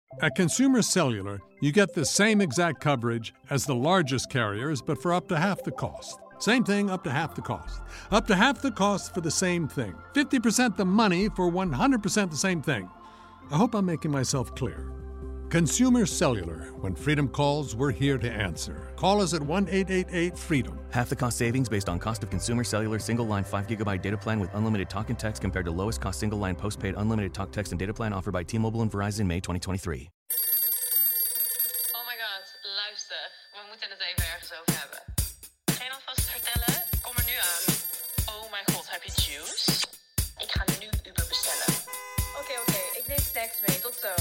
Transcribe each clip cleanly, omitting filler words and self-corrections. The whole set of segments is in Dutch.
At Consumer Cellular, you get the same exact coverage as the largest carriers, but for up to half the cost. Same thing, up to half the cost. Up to half the cost for the same thing. 50% the money for 100% the same thing. I hope I'm making myself clear. Consumer Cellular. When freedom calls, we're here to answer. Call us at 1-888-FREEDOM. Half the cost savings based on cost of Consumer Cellular single-line 5GB data plan with unlimited talk and text compared to lowest cost single-line postpaid unlimited talk, text and data plan offered by T-Mobile and Verizon May 2023. Oh my god, luister. We moeten het even ergens over hebben. Geen alvast vertellen? Kom er nu aan. Oh mijn god, heb je juice? Ik ga nu Uber bestellen. Oké, ik neem snacks mee. Tot zo.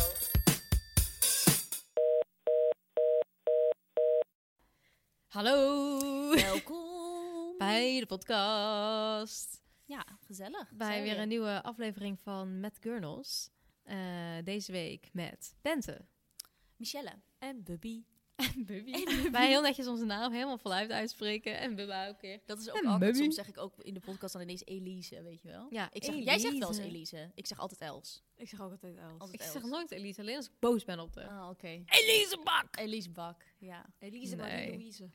Hallo. Welkom bij de podcast. Ja, gezellig. Bij weer een nieuwe aflevering van Met Gurnals. Deze week met Bente. Michelle. En Bubby. Wij heel netjes onze naam helemaal voluit uitspreken. En Bubba ook weer. Dat is ook altijd, soms zeg ik ook in de podcast dan ineens Elise, weet je wel? Ja, Jij zegt wel eens Elise. Ik zeg altijd Els. Ik zeg ook altijd Els. Ik zeg nooit Elise, alleen als ik boos ben op de... Ah, oké. Elise Bak! Elise Bak, ja. Elise Nee. Louise.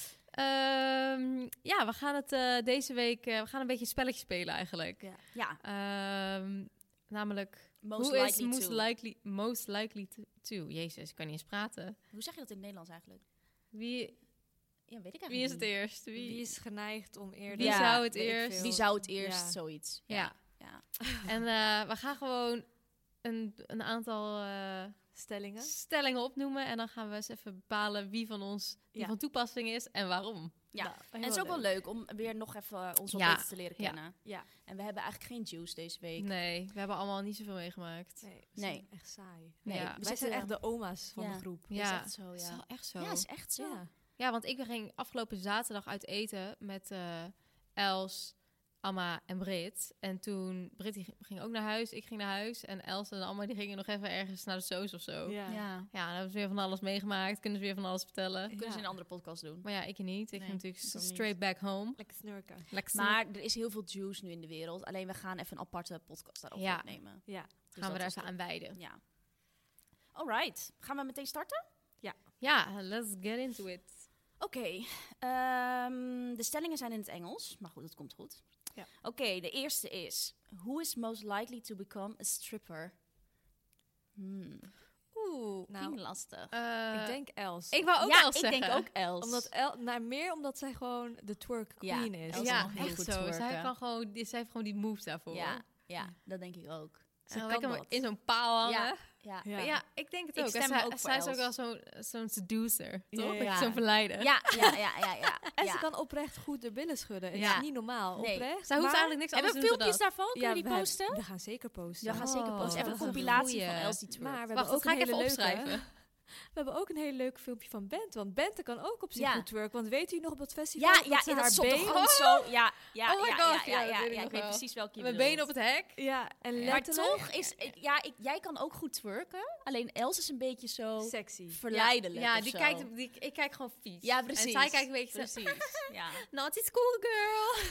Ja, we gaan het deze week... we gaan een beetje een spelletje spelen eigenlijk. Ja. Namelijk... Most Who is likely most likely to? Jezus, ik kan niet eens praten. Hoe zeg je dat in het Nederlands eigenlijk? Wie Ja, weet ik eigenlijk is het niet. eerst? Wie is geneigd om eerder... Wie Ja, zou het weet ik eerst? veel. Wie zou het eerst? Ja. Zoiets. Ja. Ja. En we gaan gewoon een aantal stellingen opnoemen. En dan gaan we eens even bepalen wie van ons die van toepassing is en waarom. Ja. Nou, En het is ook wel leuk om weer nog even ons wat Ja. beter te leren kennen. Ja. En we hebben eigenlijk geen juice deze week. Nee, we hebben allemaal niet zoveel meegemaakt. Nee, we Nee. zijn echt saai. Nee, Ja. we Wij zitten zijn echt de oma's van Ja. de groep. Is Ja, echt zo, is ja. wel echt zo. Ja, is echt zo. Ja. Ja, want ik ging afgelopen zaterdag uit eten met Els, Amma en Brit. En toen, Brit die ging ook naar huis, ik ging naar huis. En Els en Amma die gingen nog even ergens naar de soos of zo. Ja. Ja. Ja, dan hebben ze weer van alles meegemaakt, kunnen ze weer van alles vertellen. Kunnen ze in een andere podcast doen. Maar ja, ik niet. Ik Nee, ging natuurlijk ik ook niet. straight back home. Lekker snurken. Lekker Maar er is heel veel juice nu in de wereld. Alleen we gaan even een aparte podcast daarover Ja. opnemen. Ja. Dus gaan we dat er is even aan wijden. Ja. Alright. Gaan we meteen starten? Ja, let's get into it. Oké. De stellingen zijn in het Engels. Maar goed, dat komt goed. Ja. Oké, de eerste is... Who is most likely to become a stripper? Oeh. Nou, lastig. Ik denk Els. Ik wou ook ja, Els ik zeggen. denk ook Els. Meer omdat zij gewoon de twerk Ja, queen is. Els Ja, nog heel echt goed zo. twerken. Zij heeft gewoon die moves daarvoor. Ja, dat denk ik ook. Ze kan lekker dat. in zo'n paal hangen. Ja, Ja. ja. Ja. Ik denk het Ik ook. stem En ook voor zij is ook Els. wel zo'n seducer, Ja, toch? ja, Dat ja. je Zo'n verleider. Ja. En Ja. ze kan oprecht goed de billen schudden. Het Ja. is niet normaal. Nee. Oprecht. Zij hoeft Maar- eigenlijk niks Hebben anders we te doen dan filmpjes dat. daarvan? Kunnen we die posten? We gaan zeker posten. Ja, ga zeker Oh, posten. Even dat een is een compilatie goeie. van Els die twerkt. Maar we Wacht, hebben dat ook ga ik een even hele leuke... opschrijven. We hebben ook een heel leuk filmpje van Bente. Want Bente kan ook op zich Ja. goed twerken. Want weet u nog op dat festival? Ja, ze dat haar stond toch been- gewoon zo. Ja, Oh my god, ja, dat weet ik ik nog weet wel. precies welke je Mijn bedoelt. benen op het hek. Ja, en Maar letterlijk... toch is... jij kan ook goed twerken. Alleen Els is een beetje zo Sexy. verleidelijk Ja, of die zo. kijkt, ik kijk gewoon vies. Ja, precies. En zij kijkt een beetje zo, Precies, ja. naughty school girl.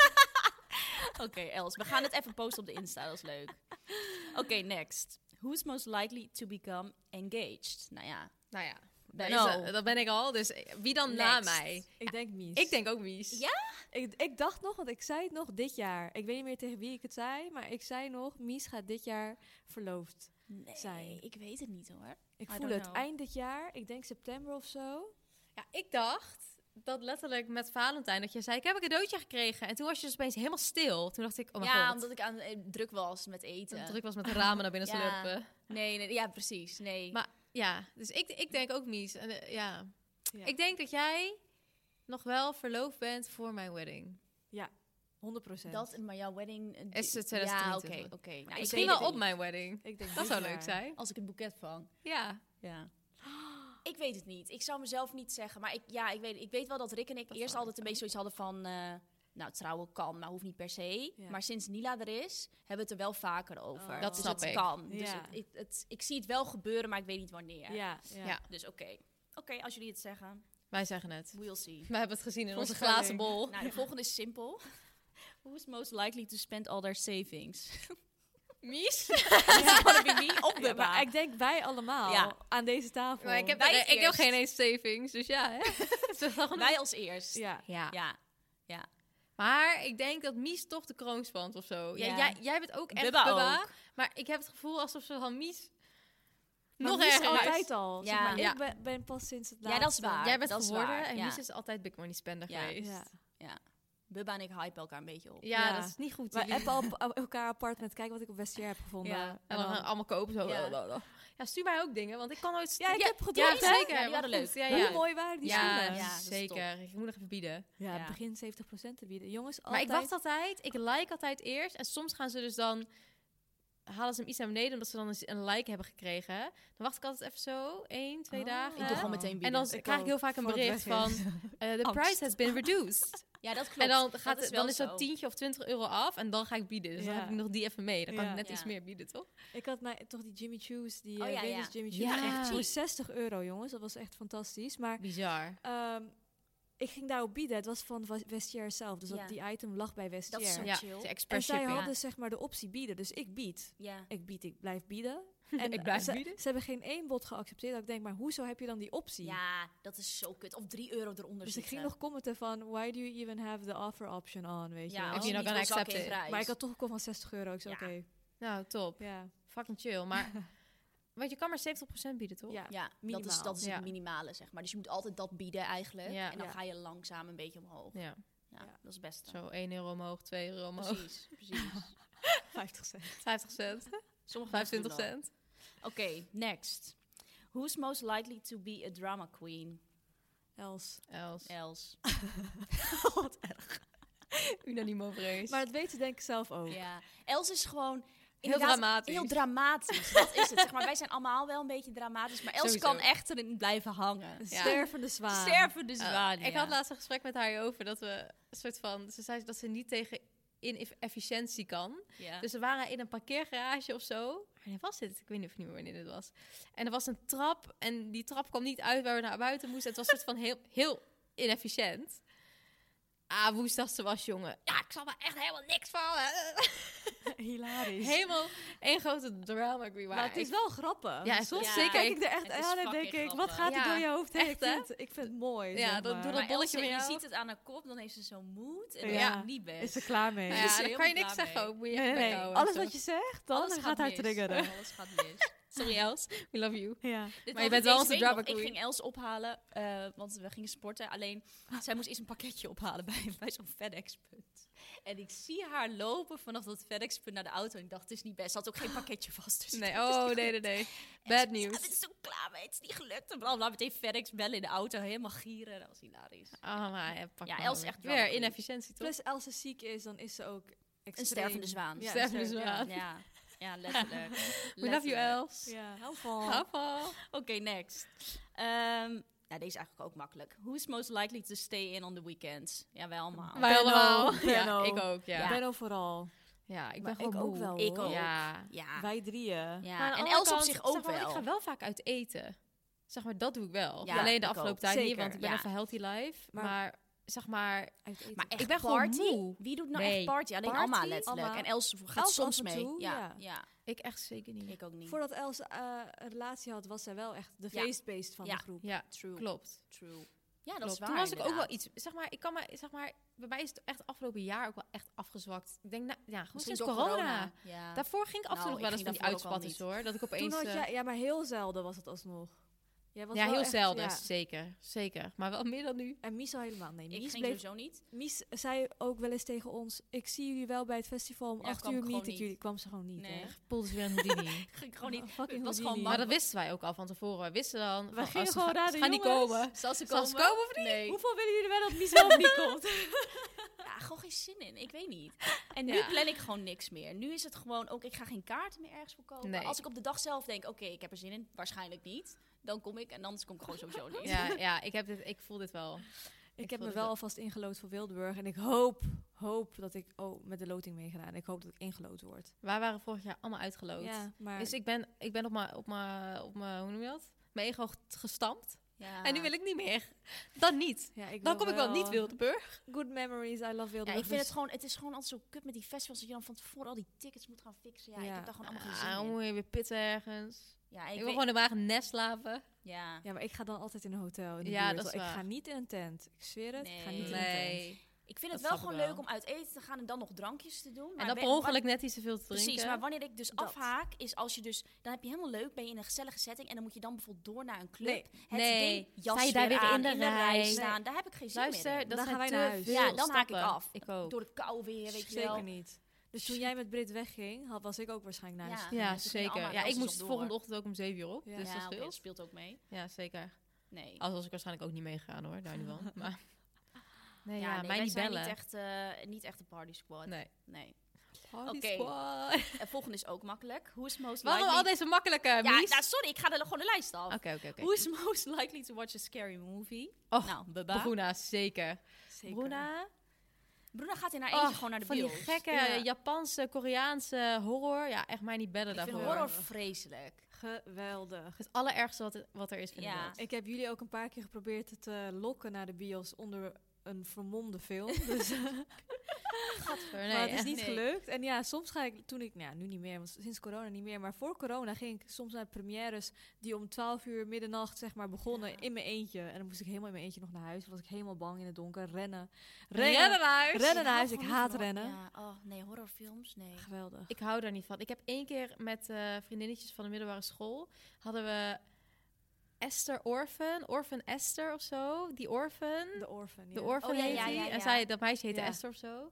Oké, Els, we gaan het even posten op de Insta. Dat is leuk. Oké, next. Who's most likely to become engaged? Nou ja. Nou ja, No. dat ben ik al. Dus wie dan na Next. mij? Ik denk Mies. Ik denk ook Mies. Ja? Ik dacht nog, want ik zei het nog dit jaar. Ik weet niet meer tegen wie ik het zei. Maar ik zei nog, Mies gaat dit jaar verloofd zijn. Nee, ik weet het niet hoor. Ik I voel don't het know. eind dit jaar. Ik denk september of zo. Ja, ik dacht dat letterlijk met Valentijn dat je zei, ik heb een cadeautje gekregen. En toen was je dus opeens helemaal stil. Toen dacht ik, oh mijn Ja, god. omdat ik aan druk was met eten. Dat druk was met de ramen naar binnen Ja. slurpen. Nee, ja, precies. Nee. Maar ja, dus ik denk ook Mies. En, ja. Ja. Ik denk dat jij nog wel verloofd bent voor mijn wedding. Ja, 100%. maar jouw wedding... Is het Ja, 2023? oké. Nou, ik Misschien weet wel het op niet. mijn wedding. Ik denk Dat dit zou jaar. leuk zijn. Als ik het boeket vang. Ja. Ja. Ik weet het niet. Ik zou mezelf niet zeggen. Maar ik weet wel dat Rick en ik Dat eerst zou altijd een beetje zoiets hadden van... nou, trouwen kan, maar hoeft niet per se. Ja. Maar sinds Nila er is, hebben we het er wel vaker over. Oh. Dat dus snap het ik. kan. Dus Ja. ik zie het wel gebeuren, maar ik weet niet wanneer. Ja. Ja. Dus oké. Oké, als jullie het zeggen, Wij zeggen het. we'll see. We hebben het gezien in onze Voorspelling. glazen bol. Nou, de volgende is simpel. Who is most likely to spend all their savings? Mies? It's gonna be me op Ja, Bubba. maar ik denk wij allemaal Ja. aan deze tafel. Maar ik heb Wij geen eerst. eens savings, dus ja. Hè? Het is wel Wij als eerst. Ja. ja. Ja. Maar ik denk dat Mies toch de kroon spant of zo. Ja. Ja. Jij bent ook echt Bubba Bubba. ook. Maar ik heb het gevoel alsof ze van Mies Maar nog Mies erger is. altijd al. Ja. Zeg maar, Ja. Ik ben pas sinds het Ja, dat is laatste. waar. Jij bent dat is geworden waar, en ja. Mies is altijd big money spender Ja. geweest. Ja. Bubba en ik hypen elkaar een beetje op. Ja, Ja. dat is niet goed. Wij jullie. appen op elkaar apart met kijk wat ik op Vestiaire heb gevonden. Ja. En dan gaan we allemaal kopen. Zo. Ja. Ja, stuur mij ook dingen, want ik kan nooit... Ja, ik heb Ja, gedrukt, hè? zeker. Ja, die maar waren goed, leuk. Ja, Hoe ja. mooi waren die Ja, schoenen? Ja, dat is zeker. Ik moet nog even bieden. Ja, Ja. begin 70% te bieden. Jongens, Maar ik altijd... wacht altijd. Ik like altijd eerst. En soms gaan ze dus dan... Halen ze hem iets naar beneden omdat ze dan een like hebben gekregen. Dan wacht ik altijd even zo. 1, 2 dagen. Ik doe gewoon meteen En bieden. dan Ik krijg ik ook, heel vaak een voor het bericht weg van... is. The Angst. price has been reduced. Ja, dat klopt. En dan, Dat wel is zo. dat tientje of 20 euro af. En dan ga ik bieden. Dus dan Ja. heb ik nog die even mee. Dan kan Ja. ik net Ja. iets meer bieden, toch? Ik had toch die Jimmy Choo's, die Oh, ja, Venus ja. Jimmy Choo's. Ja. Echt voor 60 euro, jongens. Dat was echt fantastisch. Maar Bizar. ik ging daarop bieden. Het was van Vestiaire zelf. Dus Ja. dat die item lag bij Dat is Vestiaire. zo Ja, chill. de En express zij shipping. hadden zeg maar de optie bieden. Dus ik bied. Ja. Ik blijf bieden. En Ik blijf ze, bieden? Ze hebben geen één bod geaccepteerd. Dat ik denk, maar hoezo heb je dan die optie? Ja, dat is zo kut. Of 3 euro eronder Dus ik zitten. ging nog commenten van, why do you even have the offer option on, weet je Ja, wel? als If je you're niet not wil gonna zakken accept in it. prijs. Maar ik had toch gekocht van 60 euro. Ik zei, Ja. oké. Nou, top. Ja. Fucking chill. Maar... Want je kan maar 70% bieden, toch? Ja. Ja, Minimaal. dat is Ja. het minimale, zeg maar. Dus je moet altijd dat bieden eigenlijk. Ja. En dan Ja. ga je langzaam een beetje omhoog. Ja. Ja, dat is het beste. Zo 1 euro omhoog, 2 euro omhoog. Precies, precies. 50 cent. 50 cent. Sommige 25 mensen doen cent. dat. Oké, next. Who's most likely to be a drama queen? Els. Els. Els. Unaniem over eens. Maar dat weten ze denk ik zelf ook. Ja. Els is gewoon... Heel inderdaad dramatisch. Heel dramatisch, dat is het. Zeg maar, wij zijn allemaal wel een beetje dramatisch, maar Els Sowieso. kan echt erin blijven hangen. Een Ja. stervende zwaan. Stervende zwaan, Ik had laatst een gesprek met haar over dat we een soort van... Ze zei dat ze niet tegen inefficiëntie kan. Ja. Dus we waren in een parkeergarage of zo. Wanneer was dit? Ik weet niet meer wanneer dit was. En er was een trap en die trap kwam niet uit waar we naar buiten moesten. Het was een soort van heel inefficiënt. Ah, woensdag ze was, jongen. Ja, ik zal er echt helemaal niks van. Hilarisch. Helemaal één grote drama queen. Maar het is wel grappig. Ja, Soms ja, kijk ik er het echt is aan en denk fucking ik, wat grappig. gaat er Ja, door je hoofd heen? echt, hè? Ik vind het mooi. Ja, zeg dat maar. doe Maar dat bolletje Els, met je jou. ziet het aan haar kop, dan heeft ze zo'n moed. En Ja. dat is niet best. Is er klaar mee? Is Ja, er dan heel kan je niks klaar zeggen. mee. Ook. Moet je Nee, echt nee. bek houden. Alles Zo. wat je zegt, dan Alles gaat haar mis. triggeren. Alles gaat mis. Sorry Els, we love you. Ja. Dit Maar je was bent wel deze onze week drama nog. Ik queen. ging Els ophalen, want we gingen sporten. Alleen, zij moest eerst een pakketje ophalen bij zo'n FedEx-punt. En ik zie haar lopen vanaf dat FedEx-punt naar de auto. En ik dacht, het is niet best. Ze had ook geen pakketje vast. Dus Nee, het is oh niet nee, goed. nee, nee. En Bad ze- news. Het is zo klaar mee, het is niet gelukt. En bla, meteen FedEx bellen in de auto, helemaal gieren. Dat was hilarisch. Ah, maar ja, pak Ja, maar Els weer. echt drama weer queen. inefficiëntie, toch? Plus als ze ziek is, dan is ze ook extreem. Een stervende zwaan. Ja, Stervende sterf- zwaan. Ja, letterlijk. We love you, Els. Ja, hou van. Hou van. Oké, next. Deze is eigenlijk ook makkelijk. Who's most likely to stay in on the weekends? Ja, wij allemaal. Wij allemaal. Benno. Ja, ik ook, ja. Benno vooral. Ja, ik ben Maar gewoon ik ook moe. wel, Ik hoor. ook. Ja. Ja, Wij drieën. ja. Maar aan de En andere Els op kant, zich ook zeg maar, wel. Ik ga wel vaak uit eten. Zeg maar, dat doe ik wel. Ja, Alleen de ik afgelopen ook. tijd niet, Zeker, want ik ben ja. even healthy life. Maar- Maar zeg maar... Uit eten. Maar echt Ik ben gewoon party? moe. Wie doet nou Nee. echt party? Alleen Party? Alma letterlijk. Alma. En Els gaat Els soms af en mee. toe, Ja, ja. ja, Ik echt zeker niet. ik ook niet. Voordat Els een relatie had, was zij wel echt de Ja. feestbeest van Ja. de groep. Ja, True. klopt. True. Ja, dat klopt. is waar. Toen was ik ook wel inderdaad. iets... Zeg maar, ik kan me... Zeg maar, bij mij is het echt afgelopen jaar ook wel echt afgezwakt. Ik denk, nou, ja, gewoon Misschien sinds door corona. Ja. Daarvoor ging ik af en toe Nou, nog wel ik eens van ging die daarvoor ook al uitspatters, hoor. Dat ik opeens... Toen had jij, ja, maar heel zelden was het alsnog. Jij was ja, wel heel echt- zelden. ja. Zeker. Zeker. Maar wel meer dan nu. En Mies al helemaal. Nee, Ik Mies, ging bleef, sowieso niet. Mies zei ook wel eens tegen ons, ik zie jullie wel bij het festival om Ja, 8 kwam uur ik gewoon meet ik niet. jullie. Kwam ze gewoon niet, Nee. hè? Poelde ze weer een Houdini. Ging gewoon niet. Fucking Het was Houdini. gewoon Maar bang. dat wisten wij ook al van tevoren. Wij wisten dan... We van, gingen ze gewoon gaan- naar ze de gaan niet jongens. komen. Zal ze Zal ze komen of niet? Nee. Hoeveel willen jullie wel dat Mies wel of niet komt? Ja, gewoon geen zin in. Ik weet niet. En nu Ja. plan ik gewoon niks meer. Nu is het gewoon ook, ik ga geen kaarten meer ergens verkopen. Nee. Als ik op de dag zelf denk, oké, ik heb er zin in. Waarschijnlijk niet. Dan kom ik en anders kom ik gewoon sowieso niet. Ja, ik voel dit wel. Ik heb voel me dit wel alvast ingelood voor Wildeburg. En ik hoop dat ik met de loting meegedaan. Ik hoop dat ik ingelood word. Wij waren vorig jaar allemaal uitgeloot. Ja, maar Dus ik ben op mijn hoe noem je dat? Mijn ego gestampt. Ja. En nu wil ik niet meer. Dan niet. Ja, ik Dan wil kom ik wel niet Wildeburg. Good memories, I love Ja, Wildeburg. ik vind dus- het gewoon altijd zo kut met die festivals dat je dan van tevoren al die tickets moet gaan fixen. Ja, ik Ja. heb daar gewoon allemaal geen Dan zin in. moet je weer pitten ergens. Ja, Ik ik wil weet- gewoon in mijn eigen nest slapen. Ja. Ja, maar ik ga dan altijd in een hotel in de Ja, buurt, dat is want waar. Ik ga niet in een tent. Ik zweer het, ik ga niet in een tent. Nee. Ik vind het Dat wel snap ik gewoon wel. leuk om uit eten te gaan en dan nog drankjes te doen. En Maar dan we- per ongeluk net iets te veel te drinken. Precies, maar wanneer ik dus Dat. afhaak, is als je dus... Dan heb je helemaal leuk, ben je in een gezellige setting... en dan moet je dan bijvoorbeeld door naar een club. Nee. Het Nee. ding, jas Sta je daar weer aan, in de rij? staan. Daar heb ik geen zin meer Luister, in. dat Dan zijn gaan wij te naar huis. veel Ja, dan haak ik stappen. af. Ik ook. Door de kou weer, weet je Zeker wel. niet. Dus toen jij met Brit wegging, was ik ook waarschijnlijk naar huis. Ja. Ja, Dus we gingen zeker. allemaal Ja, ik Elsens moest de op volgende door. ochtend ook om 7 uur op. Ja. Dus Ja, dat oké, scheelt. speelt ook mee. Ja, zeker. Nee. Als was ik waarschijnlijk ook niet meegegaan hoor, daar niet van. Maar nee, Ja, ja, nee, mij wij niet zijn bellen. niet echt een party squad. Nee. Nee. Party Oké. squad. En volgende is ook makkelijk. Who is most Waarom likely... al deze makkelijke Ja, Mies? nou, sorry, ik ga er gewoon de lijst af. Oké. Who is most likely to watch a scary movie? Och, Nou, Beba. Bruna, zeker. Zeker. Bruna gaat in haar eentje Och, gewoon naar de van die bios. gekke Ja. Japanse, Koreaanse horror. Ja, echt mij niet bellen Ik vind daarvoor. horror vreselijk. Geweldig. Het allerergste wat er is, vind Ja. ik dat. Ik heb jullie ook een paar keer geprobeerd te lokken naar de bios onder een vermomde film. Dus, Gadver, nee, maar het is echt. niet nee. gelukt. En ja, soms ga ik, nu niet meer, want sinds corona niet meer. Maar voor corona ging ik soms naar premières die om 12 uur middernacht zeg maar begonnen in mijn eentje. En dan moest ik helemaal in mijn eentje nog naar huis. Was ik helemaal bang in het donker. Rennen naar huis. Rennen naar huis. Ik haat rennen. Ja, oh, nee, horrorfilms, nee. Geweldig. Ik hou daar niet van. Ik heb 1 keer met vriendinnetjes van de middelbare school... hadden we Esther Orphan Esther of zo. Die Orphan. De Orphan. De Orphan Oh, ja, heet ja, die. ja, ja. En zij, dat meisje heette Ja. Esther of zo.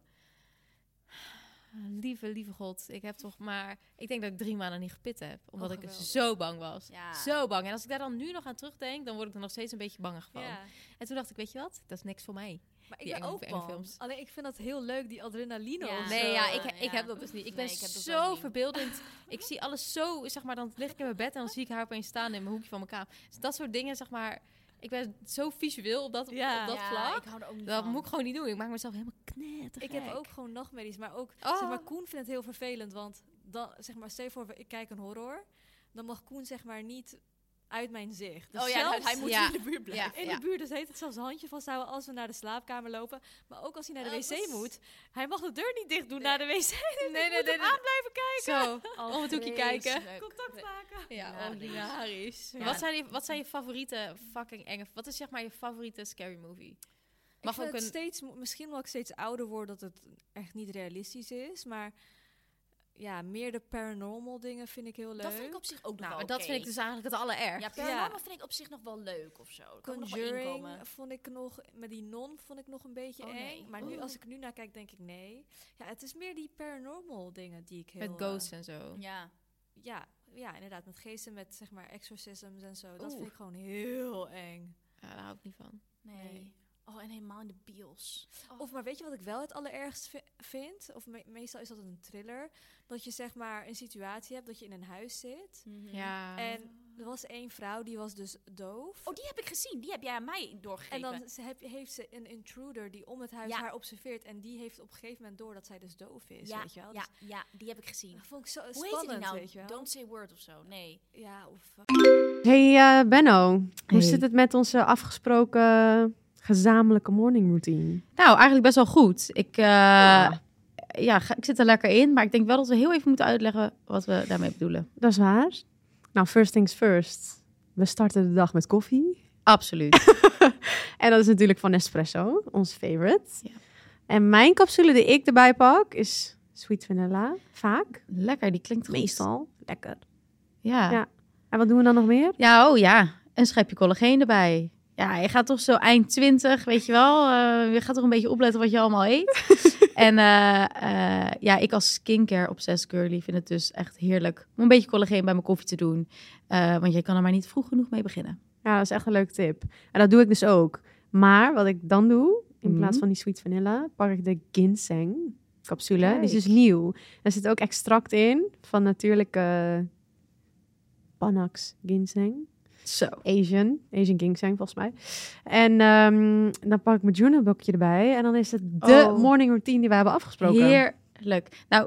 Lieve god. Ik heb toch maar... Ik denk dat ik 3 maanden niet gepit heb. Omdat ik geweldig. zo bang was. Ja. Zo bang. En als ik daar dan nu nog aan terugdenk... dan word ik er nog steeds een beetje bang van. Ja. En toen dacht ik, weet je wat? Dat is niks voor mij. Maar Die ik ben enge- ook enge bang. films. Alleen ik vind dat heel leuk, die adrenaline. Ja. of Nee, zo. ja, ja. ik heb dat dus niet. Ik ben Nee, ik heb dat zo ook niet. verbeeldend. Ik zie alles zo, zeg maar, dan lig ik in mijn bed en dan zie ik haar opeens staan in mijn hoekje van mijn kamer. Dus dat soort dingen, zeg maar, ik ben zo visueel op dat Ja, vlak. ik hou er ook niet Dat van. moet ik gewoon niet doen. Ik maak mezelf helemaal knettergek. Ik heb ook gewoon nachtmerries, maar ook, Oh. zeg maar, Koen vindt het heel vervelend, want dan, zeg maar, stel je voor, ik kijk een horror, dan mag Koen, zeg maar, niet uit mijn zicht. Dus Oh ja, zelfs hij moet Ja. in de buurt blijven. in de buurt, dus heet het zelfs handje vasthouden als we naar de slaapkamer lopen. Maar ook als hij naar de Oh, wc dat is- moet, hij mag de deur niet dicht doen naar de wc. Nee, moet hem aan blijven kijken. Zo, om het hoekje kijken. Vreselijk. Contact maken. Ja, Ja, oh, hilarisch. Ja. Wat zijn je favoriete fucking enge... Wat is zeg maar je favoriete scary movie? Ik Mag vind ook het een... steeds, misschien omdat ik steeds ouder word, dat het echt niet realistisch is, maar ja, meer de paranormal dingen vind ik heel leuk. Dat vind ik op zich ook nog Nou, wel dat oké. vind ik dus eigenlijk het allerergst. Ja, paranormal vind ik op zich nog wel leuk of zo. Daar kan ik nog wel Conjuring inkomen. vond ik nog, met die non vond ik nog een beetje Oh, eng. nee. Maar nu, Oeh. als ik nu naar kijk, denk ik nee. Ja, het is meer die paranormal dingen die ik heel... Met ghosts en zo. Ja. Ja, inderdaad, met geesten, met zeg maar exorcisms en zo. Dat Oeh. vind ik gewoon heel eng. Ja, daar hou ik niet van. Nee. Nee. Oh, en helemaal in de bios. Oh. Of maar weet je wat ik wel het allerergst vind? Of meestal is dat een thriller. Dat je zeg maar een situatie hebt dat je in een huis zit. Mhm. Ja. En er was één vrouw die was dus doof. Oh, die heb ik gezien. Die heb jij aan mij doorgegeven. En dan heeft ze een intruder die om het huis Ja. haar observeert. En die heeft op een gegeven moment door dat zij dus doof is, ja, weet je wel. ja, Dus ja, die heb ik gezien. dat vond ik zo Hoe heet die spannend, nou? weet je wel. Don't say a word of zo. Nee. Ja, of... Hey Benno, hoe Hey. zit het met onze afgesproken gezamenlijke morning routine? Nou, eigenlijk best wel goed. Ik zit er lekker in, maar ik denk wel dat we heel even moeten uitleggen wat we daarmee bedoelen. Dat is waar. Nou, first things first. We starten de dag met koffie. Absoluut. En dat is natuurlijk van Nespresso, ons favorite. Ja. En mijn capsule die ik erbij pak is sweet vanilla. Vaak. Lekker, die klinkt goed. Meestal. Lekker. Ja. Ja. En wat doen we dan nog meer? Ja, oh ja. Een schepje collageen erbij. Ja, je gaat toch zo eind 20, weet je wel. Je gaat toch een beetje opletten wat je allemaal eet. En ik als skincare obsessed girly vind het dus echt heerlijk om een beetje collageen bij mijn koffie te doen. Want je kan er maar niet vroeg genoeg mee beginnen. Ja, dat is echt een leuke tip. En dat doe ik dus ook. Maar wat ik dan doe, in Mhm. plaats van die sweet vanilla, pak ik de ginseng capsule. Die is dus Kijk. nieuw. Er zit ook extract in van natuurlijke Panax ginseng. Zo. Asian ginseng volgens mij. En dan pak ik mijn journalboekje erbij. En dan is het de Oh. morning routine die we hebben afgesproken. Heerlijk. Nou,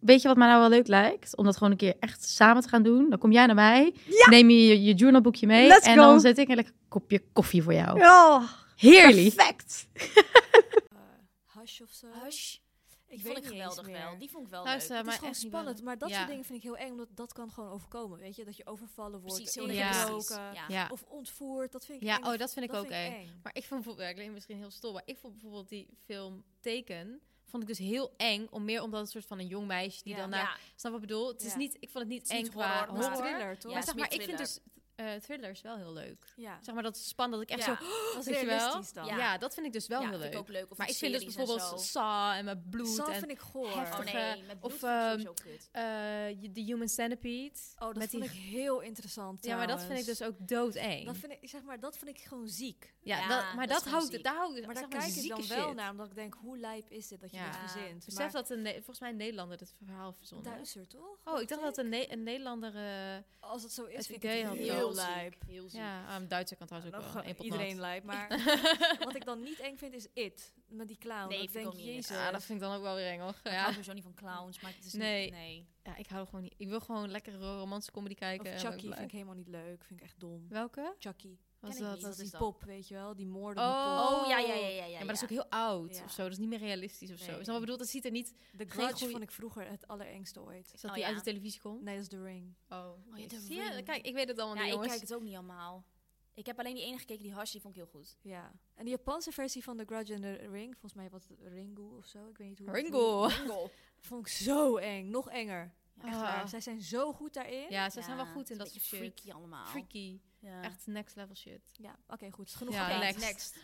weet je wat mij nou wel leuk lijkt? Om dat gewoon een keer echt samen te gaan doen. Dan kom jij naar mij, neem je journalboekje mee Let's en go. dan zet ik een lekker kopje koffie voor jou. Oh, Heerlijk. perfect. Hush of zo. Hush. Ik Die vond weet ik niet eens geweldig meer. wel. Die vond ik wel Luister, leuk. Het is maar gewoon echt niet spannend, wel. maar dat Ja. soort dingen vind ik heel eng, omdat dat kan gewoon overkomen. Weet je, dat je overvallen wordt, Precies, heel Ja. ingebroken, Ja. Ja. of ontvoerd. Dat vind ik Ja, eng. oh, dat vind ik ook vind eng. Maar ik vond bijvoorbeeld, ik klinkt misschien heel stom, maar ik vond bijvoorbeeld die film Taken, vond ik dus heel eng, omdat het een soort van een jong meisje die Ja. dan naar, Ja. snap wat ik bedoel? Het is Ja. niet, ik vond het niet Het is eng niet qua horror, Het is maar- horror. thriller, toch? Ja, Maar zeg maar, meer ik vind thriller. dus thriller is wel heel leuk. Ja. Zeg maar dat is spannend, dat ik echt Ja. zo, Dat is weet je wel? realistisch dan. Ja. dat vind ik dus wel Ja, heel vind leuk. ik ook leuk. Of Maar die ik vind dus series bijvoorbeeld en zo. Saw en met bloed Saw en vind ik goor. heftig. Oh nee, met bloed of, vind ik sowieso kut. The Human Centipede. Oh, dat met vond die, ik heel interessant. ja, maar dat vind ik dus ook doodeng. Dat vind ik, zeg maar, dat vind ik gewoon ziek. Ja, Ja, maar dat is dat gewoon houdt, ziek. daar houdt, Maar zeg daar kijk ik zieke dan wel shit. naar, omdat ik denk, hoe lijp is dit dat je Ja. dit verzint? Besef dat volgens mij een Nederlander dit verhaal verzonnen. Duitser, toch? Oh, ik dacht dat een Nederlander... Als het zo is, het vind idee ik had het dat. heel Heel lijp. ziek. Heel ziek. ja, Duitser kan trouwens ook Nog wel. gewoon Een pot iedereen nat. lijp, maar wat ik dan niet eng vind is It, met die clown. Nee, dat ik vind ik denk, ook niet. jezus. Ja, dat vind ik dan ook wel weer eng, hoor. Ik hou Ja. sowieso niet van clowns, maar het is Nee. niet... Nee. Ja, ik hou gewoon niet... Ik wil gewoon lekker romantische comedy kijken. Of en Chucky ben ik vind blij. ik helemaal niet leuk, vind ik echt dom. Welke? Chucky. Was Ken ik dat? niet. Dat Wat is is die dat? pop, weet je wel, die moorden. Oh, Ja. Ja, maar dat is ook heel oud Ja. of zo. Dat is niet meer realistisch of zo. Nee. Is dat wat ik bedoel? Dat ziet er niet... The geen Grudge goeie- vond ik vroeger het allerengste ooit. Is dat Oh, die ja. uit de televisie komt? Nee, dat is The Ring. Oh, ja, The zie je? Ring. Kijk, ik weet het allemaal Ja, niet, ik jongens. kijk het ook niet allemaal. Ik heb alleen die ene gekeken, die Hush, die vond ik heel goed. Ja. En de Japanse versie van The Grudge en The Ring, volgens mij was het Ringu of zo. Ik weet niet hoe. Ringo. Vond ik zo eng, nog enger. Echt Ah. waar. Zij zijn zo goed daarin. Ja, ze zijn wel goed in het dat is soort een beetje shit. freaky allemaal. Freaky. Ja. Echt next level shit. Ja, oké, goed. Genoeg Ja, gepraat. next.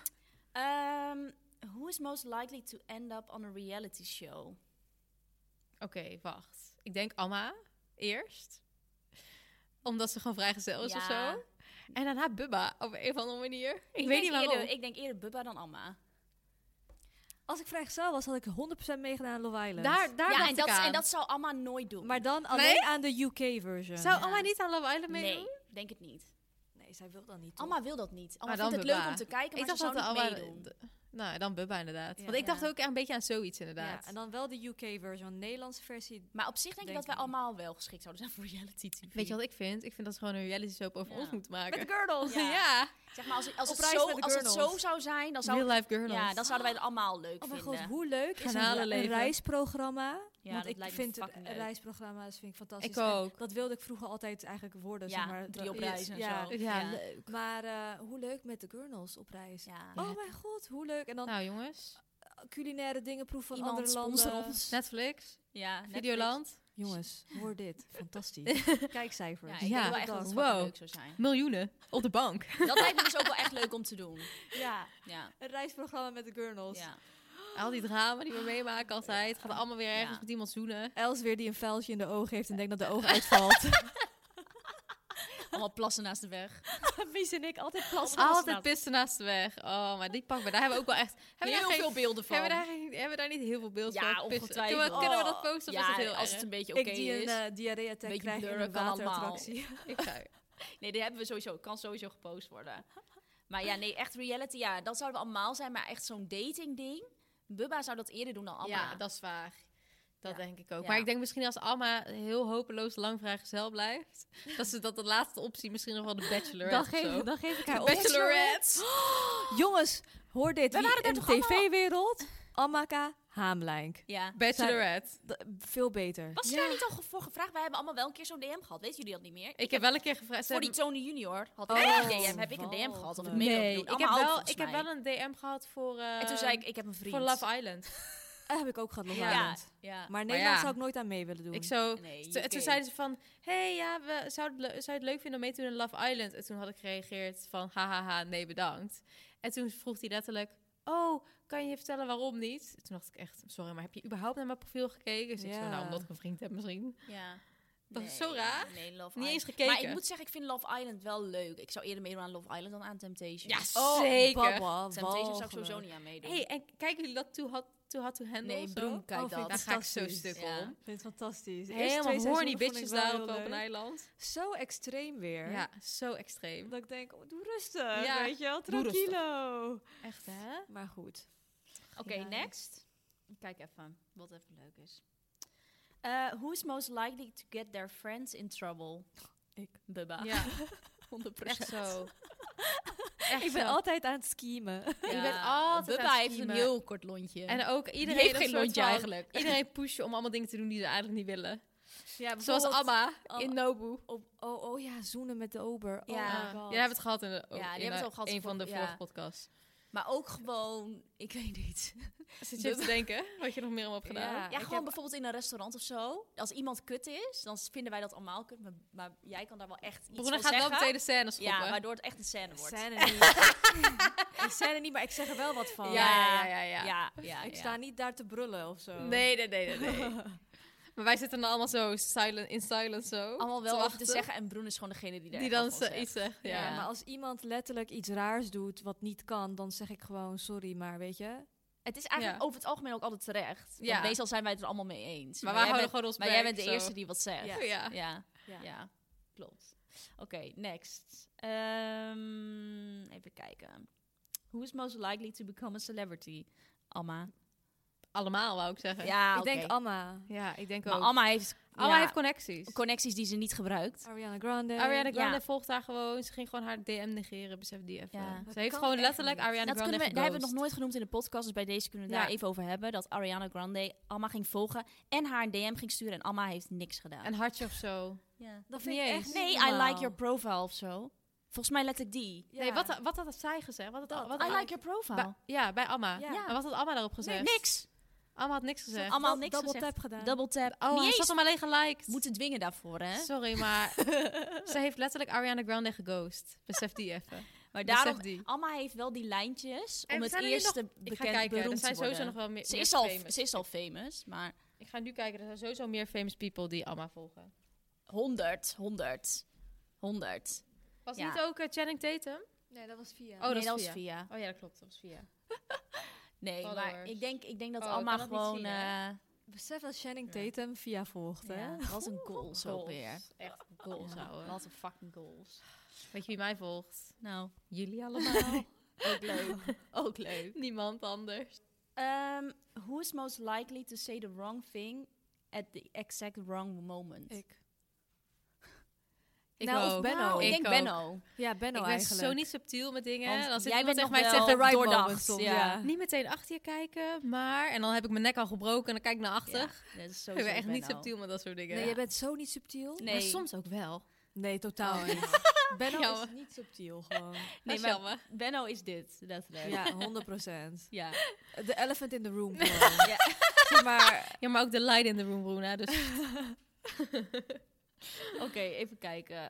Who is most likely to end up on a reality show? Oké, wacht. Ik denk Amma eerst. Omdat ze gewoon vrijgezel is Ja. of zo. En daarna Bubba op een of andere manier. Ik weet denk niet waarom. Eerder, ik denk eerder Bubba dan Amma. Als ik vrijgezel was, had ik 100% meegedaan aan Love Island. Daar Ja, dacht en ik aan. dat zou Amma nooit doen. Maar dan alleen aan de UK-version. Zou Ja. Amma niet aan Love Island meedoen? nee, denk het niet. Nee, zij wil dan niet. toch? Amma wil dat niet. Amma Maar vindt dan het leuk Bubba. om te kijken, maar Ik dacht ze dat zou de niet Amma... meedoen. Nou, dan Bubba inderdaad. Ja. Want ik dacht Ja. ook een beetje aan zoiets Ja, inderdaad. en dan wel de UK-version. De Nederlandse versie. Maar op zich denk ik Denk dat wij ik. allemaal wel geschikt zouden zijn voor reality TV. Weet je wat ik vind? Ik vind dat ze gewoon een reality soap over Ja. ons moeten maken. Met de girdles. Ja. Ja. Zeg maar, als Op het, reis zo, met de als het Gurnals. zo zou zijn, dan, Real life girls. ja, dan zouden wij het allemaal leuk Oh mijn vinden. god, hoe leuk is een, Garnalenleven. een reisprogramma? Ja, Want dat ik lijkt me vind fucking leuk. reisprogramma's vind ik fantastisch. Ik ook. En dat wilde ik vroeger altijd eigenlijk worden. Ja, zeg maar, 3 op dat- reis en ja. zo. Ja, Ja. leuk. Maar hoe leuk met de Gurnals op reis. Ja. Oh mijn god, hoe leuk. En dan Nou jongens, culinaire dingen proeven van Iemand andere sponsor landen. ons. Netflix, Ja, Netflix. Videoland, Jongens, hoor dit. Fantastisch. Kijkcijfers. Ja, ik Ja. denk wel echt dat het Wow. fucking leuk zou zijn. miljoenen op de bank. Dat lijkt me dus ook wel echt leuk om te doen. Ja, Ja, een reisprogramma met de Gurnals. ja. Al die drama die we meemaken altijd. Gaat allemaal weer ergens Ja. met iemand zoenen. Els weer die een vuiltje in de oog heeft en denkt dat de oog uitvalt. Allemaal plassen naast de weg. Mies en ik altijd plassen. Altijd pissen naast de weg. Oh, maar die pakken we. Daar hebben we ook wel echt... Hebben we Heel daar geen- veel beelden van. Hebben we daar niet heel veel beelden Ja, van? Pissen? ongetwijfeld. Kunnen we dat posten of ja, is het heel als erg? het een beetje oké Ik die is. een diarree-attack Beetje krijg in blurren een kan allemaal. waterattractie. Ik ga... Nee, die hebben we sowieso. Kan sowieso gepost worden. Maar ja, nee, echt reality. Ja, dat zouden we allemaal zijn. Maar echt zo'n dating ding. Bubba zou dat eerder doen dan Amma. Ja, dat is waar. Dat Ja. denk ik ook. Ja. Maar ik denk misschien als Alma heel hopeloos lang vrijgezel blijft, dat ze dat de laatste optie misschien nog wel de Bachelorette of zo. Dan geef ik haar op. Bachelorette! Jongens, hoor dit. Wij Wie waren er in de toch allemaal- tv-wereld? Amaka Haamlijn. Ja. Bachelorette. Veel beter. Was er daar niet al voor gevraagd? Wij hebben allemaal wel een keer zo'n DM gehad. Weten jullie dat niet meer? Ik heb wel een keer gevraagd. Voor die Tony Junior had ik Oh, een DM. Heb ik een DM gehad? Of ik mee Nee, doen? ik heb wel een DM gehad voor... En toen zei ik heb een vriend. voor Love Island. Heb ik ook gehad, Love Ja. Island. Ja. Maar Nederland ja. zou ik nooit aan mee willen doen. Ik zo... Nee, En UK. toen zeiden ze van, hey, ja, zou je het leuk vinden om mee te doen in Love Island? En toen had ik gereageerd van, hahaha, nee, bedankt. En toen vroeg hij letterlijk, oh, kan je vertellen waarom niet? Toen dacht ik echt, sorry, maar heb je überhaupt naar mijn profiel gekeken? Dus ik zo, Ja. nou, omdat ik een vriend heb misschien. Ja. Dat is zo raar. Nee, Love Niet eens Island. gekeken. Maar ik moet zeggen, ik vind Love Island wel leuk. Ik zou eerder meedoen aan Love Island dan aan Temptation. Ja, Oh, zeker. Baba, Temptation zou ik walgelijk. sowieso niet aan meedoen. Hey, en kijken jullie dat Too Hot to Handle? Nee, zo? Broem, kijk Oh, vind dat. Daar ga ik zo fantastisch. stuk Ja. om. Ik vind het fantastisch. De eerste Helemaal 2 horny seizoenen vond bitches ik wel daar heel op een leuk. eiland. Zo extreem weer. Ja, zo extreem. Dat ik denk, oh, doe rustig. Ja, Weet je wel, doe rustig. tranquilo. Echt, hè? Maar goed. Oké, Ja. next. Kijk even wat even leuk is. Who is most likely to get their friends in trouble? Ik. Bubba. Ja, 100%. echt zo. Echt Ik ben zo. altijd aan het schemen. Ja, Je bent altijd Bubba aan het heeft een schemen. heel kort lontje. En ook Die iedereen heeft een geen soort lontje van- eigenlijk. Iedereen pushen om allemaal dingen te doen die ze eigenlijk niet willen. Ja, Zoals Amma Amma- in Nobu. Oh ja, zoenen met de ober. Ja. Oh my Ja, god. jij hebt het gehad in, de, die in hebben het ook gehad een voor- van de ja. vorige podcasts. Maar ook gewoon, ik weet niet. Zit je te denken wat je nog meer allemaal hebt gedaan? Ja. Ja, ik gewoon heb- bijvoorbeeld in een restaurant of zo. Als iemand kut is, dan vinden wij dat allemaal kut. Maar jij kan daar wel echt iets Bruna van gaat zeggen. wel meteen de scène schoppen. Ja, waardoor het echt een scène wordt. Scène niet. Ik scène niet, maar ik zeg er wel wat van. Ja. ja. Ik sta niet daar te brullen of zo. Nee. Maar wij zitten dan allemaal zo in silence zo. Allemaal wel te over te wachten. zeggen. En Broen is gewoon degene die er Die echt dan wat van iets zegt. zegt. Ja. Ja. Maar als iemand letterlijk iets raars doet wat niet kan, dan zeg ik gewoon sorry, maar weet je. Het is eigenlijk Ja. over het algemeen ook altijd terecht. Ja. Want meestal zijn wij het er allemaal mee eens. Maar wij jij houden bent- gewoon ons Maar bek, jij bent de zo. eerste die wat zegt. Ja. Ja. Ja, klopt. Oké, next. Even kijken. Who is most likely to become a celebrity? Amma. Allemaal, wou ik zeggen. Ja, Ik denk Amma. Ja, ik denk Maar ook. Amma heeft, Amma heeft connecties. connecties die ze niet gebruikt. Ariana Grande. Ariana Grande Ja. volgt haar gewoon. Ze ging gewoon haar DM negeren, besef die even. Ja. Ze heeft kan gewoon echt letterlijk niet. Ariana Dat Grande kunnen we, daar hebben we het nog geghost. nooit genoemd in de podcast, dus bij deze kunnen we het Ja. daar even over hebben. Dat Ariana Grande Amma ging volgen en haar een DM ging sturen en Amma heeft niks gedaan. Een hartje of zo. ja. Dat Of vind niet ik eens. echt Nee, niet I like normaal. your profile of zo. Volgens mij let ik die. Ja. Nee, wat had zij gezegd? Wat had, I like your profile. Ja, bij Amma. Ja. En wat had Amma daarop gezegd? Nee, niks. Amma had niks gezegd. Allemaal niks Double gezegd. tap gedaan. Double tap. Oh, Niet hij eens zat hem alleen geliked. moeten dwingen daarvoor, hè? Sorry, maar ze heeft letterlijk Ariana Grande geghost. Besef die even. Maar Besef daarom, die. Amma heeft wel die lijntjes En om het zijn er nu eerste nog- Ik ga bekend kijken, er beroemd zijn te worden. sowieso nog wel meer Ze meer is al famous, maar Ik ga nu kijken, er zijn sowieso meer famous people die Amma volgen. 100. Was Ja. niet ook Channing Tatum? Nee, dat was via. Oh, dat nee, is dat was via. via. Oh ja, dat klopt. Dat was via. Nee, maar Followers. ik denk dat Oh, Amma ik kan dat niet gewoon... zien, hè? Besef dat Channing Tatum via volgt, hè? ja, wat een goals ook weer. Echt goals, Ja, ouwe. wat een fucking goals. Weet je wie mij volgt? Nou, Jullie allemaal. ook leuk. Ook leuk. Niemand anders. Who is most likely to say the wrong thing at the exact wrong moment? Ik. Ik Nou, of ook. Benno. Nou, ik Ik denk ook. Benno. Ja, Benno Ik ben eigenlijk. zo niet subtiel met dingen. Want Dan zit jij iemand bent tegen mij nog te wel zeggen, right doordacht. moment soms, ja. ja. niet meteen achter je kijken, maar... En dan heb ik mijn nek al gebroken en dan kijk ik naar achter. Ja, dat is Ik sowieso ben echt niet Benno. subtiel met dat soort dingen. Nee, jij bent zo niet subtiel. Nee. Maar soms ook wel. Nee, totaal Oh, niet. Benno Jammer. is niet subtiel, gewoon. Nee, Nee, maar jammer. Benno is dit, letterlijk. Ja, 100%. Ja. De elephant in the room, gewoon. Ja. Zeg maar, Ja, maar ook de light in the room, Bruna. Dus Oké, even kijken.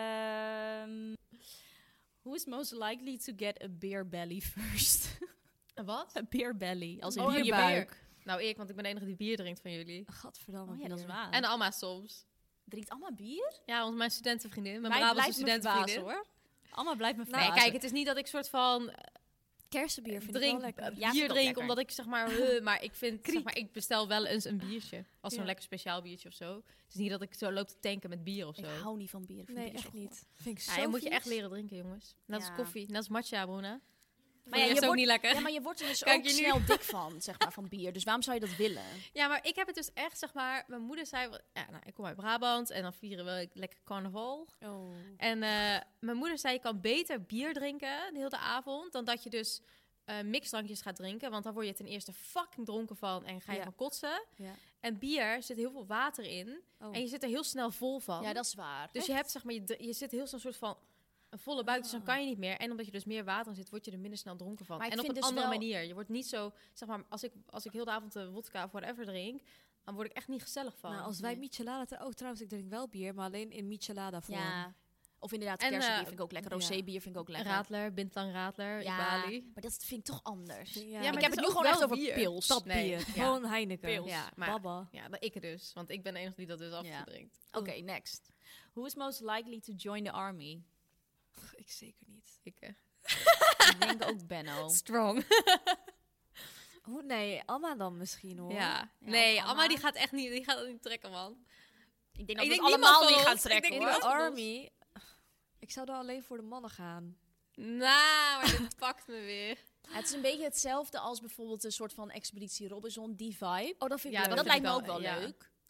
Who is most likely to get a beer belly first? wat? A beer belly. Als in Oh, je bierbuik. Nou, ik, want ik ben de enige die bier drinkt van jullie. gadverdamme. Oh ja, dat is bier. waar. En Alma soms. drinkt allemaal bier? Ja, want mijn studentenvriendin, mijn Mij Brabantse blijft me verbazen, studentenvriendin. hoor. Allemaal blijft me Nee, verbazen. kijk, het is niet dat ik soort van Kersenbier vind ik drink, wel lekker. Ja, vind ik bier ook drink lekker. omdat ik zeg maar, maar ik vind, zeg maar, ik bestel wel eens een biertje. Als zo'n Ja. lekker speciaal biertje of zo. Het is niet dat ik zo loop te tanken met bier of zo. Ik hou niet van bier. Ik vind Nee, bier zo echt goor. niet. Vind ik Ja, zo je moet je vies. echt leren drinken, jongens. Net als Ja. koffie, net als matcha, Bruna. Maar ja, je je is ook wordt, niet lekker. ja, maar je wordt er dus Kijk ook je nu? snel dik van, zeg maar, van bier. Dus waarom zou je dat willen? Ja, maar ik heb het dus echt, zeg maar, mijn moeder zei, ja, nou, ik kom uit Brabant en dan vieren we lekker carnaval. Oh. En mijn moeder zei, je kan beter bier drinken de hele avond dan dat je dus mixdrankjes gaat drinken. Want dan word je ten eerste fucking dronken van en ga je Ja. van kotsen. Ja. En bier zit heel veel water in Oh. en je zit er heel snel vol van. Ja, dat is waar. Dus je hebt, zeg maar, je zit heel snel soort van een volle buik, dus dan kan je niet meer. En omdat je dus meer water in zit, word je er minder snel dronken van. Maar ik En op vind een dus andere wel- manier. Je wordt niet zo, zeg maar, als ik heel de avond wodka of whatever drink, dan word ik echt niet gezellig van. Nou, als wij Nee. michelada... Oh, trouwens, ik drink wel bier, maar alleen in michelada vorm. Ja. Of inderdaad, En, kersenbier eh, vind ik ook lekker. ja. Rosébier vind ik ook lekker. Radler, Bintang Radler, Ja, Ibali. maar dat vind ik toch anders. Ja, Ja, ik maar heb het het is nu ook gewoon wel echt over bier. pils. dat Nee, bier. ja. Gewoon Heineken. Pils. Ja, maar Baba. ja, dat ik dus, want ik ben de enige die dat dus afdrinkt. Oké, next. Who is most likely to join the army? Ik zeker niet. Ik Ik denk ook Benno. strong. Oh nee, Amma dan misschien hoor. Ja. Ja, Nee, of Amma Amma. die gaat echt niet, die gaat het niet trekken, man. Ik denk dat Ik we denk het allemaal niemand niet van gaan ons. trekken, Ik In denk hoor. de niemand- army... Ik zou dan alleen voor de mannen gaan. Nou, maar dit pakt me weer. Het is een beetje hetzelfde als bijvoorbeeld een soort van Expeditie Robinson, die vibe. Oh, dat vind ik Ja, leuk. Dat vind lijkt ik me ook wel, wel ja. leuk.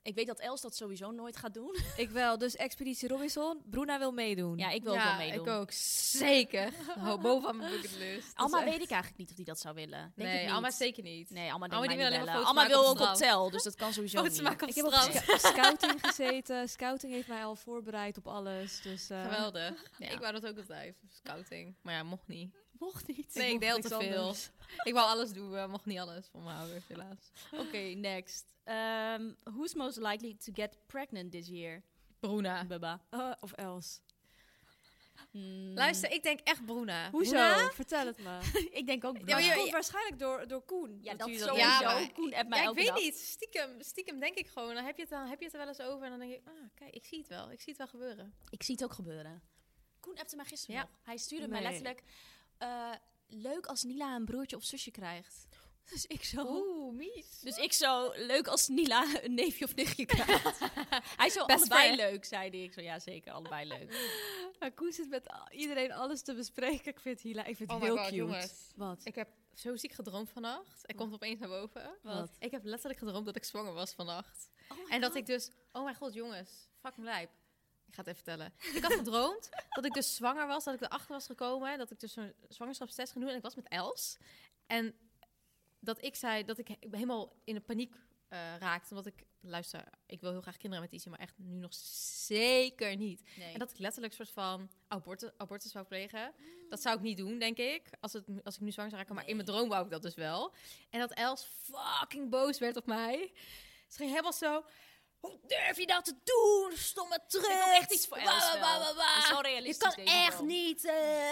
Ik weet dat Els dat sowieso nooit gaat doen. Ik wel. Dus Expeditie Robinson. Bruna wil meedoen. Ja, ik wil ook wel meedoen. ik ook. Zeker. Bovenaan mijn bucketlist. Alma weet ik eigenlijk niet of die dat zou willen. Denk ik Nee, niet. Alma zeker niet. Nee, Alma Alma denkt die mij wil niet alleen bellen. maar foto's Alma wil maken ook op op strand. tel, dus dat kan sowieso Foto's niet. maken op Ik heb op strand. scouting gezeten. Scouting heeft mij al voorbereid op alles. Dus, Geweldig. Ja. Ik wou dat ook altijd. Scouting. Maar ja, mocht niet. Mocht niet. Nee, ik mocht deel niks te veel. anders. Ik wou alles doen, mocht niet alles van mijn ouders, helaas. Oké, next. Who's most likely to get pregnant this year? Bruna. Bubba. Of Els. Luister, ik denk echt Bruna. Hoezo? Bruna? Vertel het me. Ik denk ook Ja, Bruna. maar Dat je- komt waarschijnlijk door Koen. Ja, dat jullie sowieso. Ja, Ja, maar- Koen appt mij Ja, ik elke weet dag. niet. Stiekem denk ik gewoon. Dan heb je het wel eens over en dan denk ik, kijk, ik zie het wel. Ik zie het wel gebeuren. Ik zie het ook gebeuren. Koen appte mij gisteren Ja. nog. Hij stuurde mij Nee. letterlijk... leuk als Nila een broertje of zusje krijgt. Dus ik zo... Oeh, mies. Dus ik zo... Leuk als Nila een neefje of nichtje krijgt. Hij zo... Best allebei friend. leuk, zei hij. Ik zo... Ja, zeker. Allebei leuk. Maar Koen zit met iedereen alles te bespreken. Ik vind het Oh my heel God, cute. jongens. Wat? Ik heb zo ziek gedroomd vannacht. Er komt opeens naar boven. Wat? Ik heb letterlijk gedroomd dat ik zwanger was vannacht. Oh my En dat God. ik dus... Oh mijn god, jongens. Fucking lijp. Ik ga het even vertellen. Ik had gedroomd dat ik dus zwanger was. Dat ik erachter was gekomen. Dat ik dus zo'n zwangerschapstest ging doen. En ik was met Els. En dat ik zei dat ik helemaal in de paniek raakte. Omdat ik... Luister, ik wil heel graag kinderen met Izzy. Maar echt nu nog zeker niet. Nee. En dat ik letterlijk een soort van abortus zou plegen. Dat zou ik niet doen, denk ik. Als ik nu zwanger zou raken. Maar in mijn droom wou ik dat dus wel. En dat Els fucking boos werd op mij. Ze ging helemaal zo... Hoe durf je dat te doen? Stomme trut. Ik ook echt iets voor Els wel. Dat is wel Je realistisch, kan deze echt droom. niet.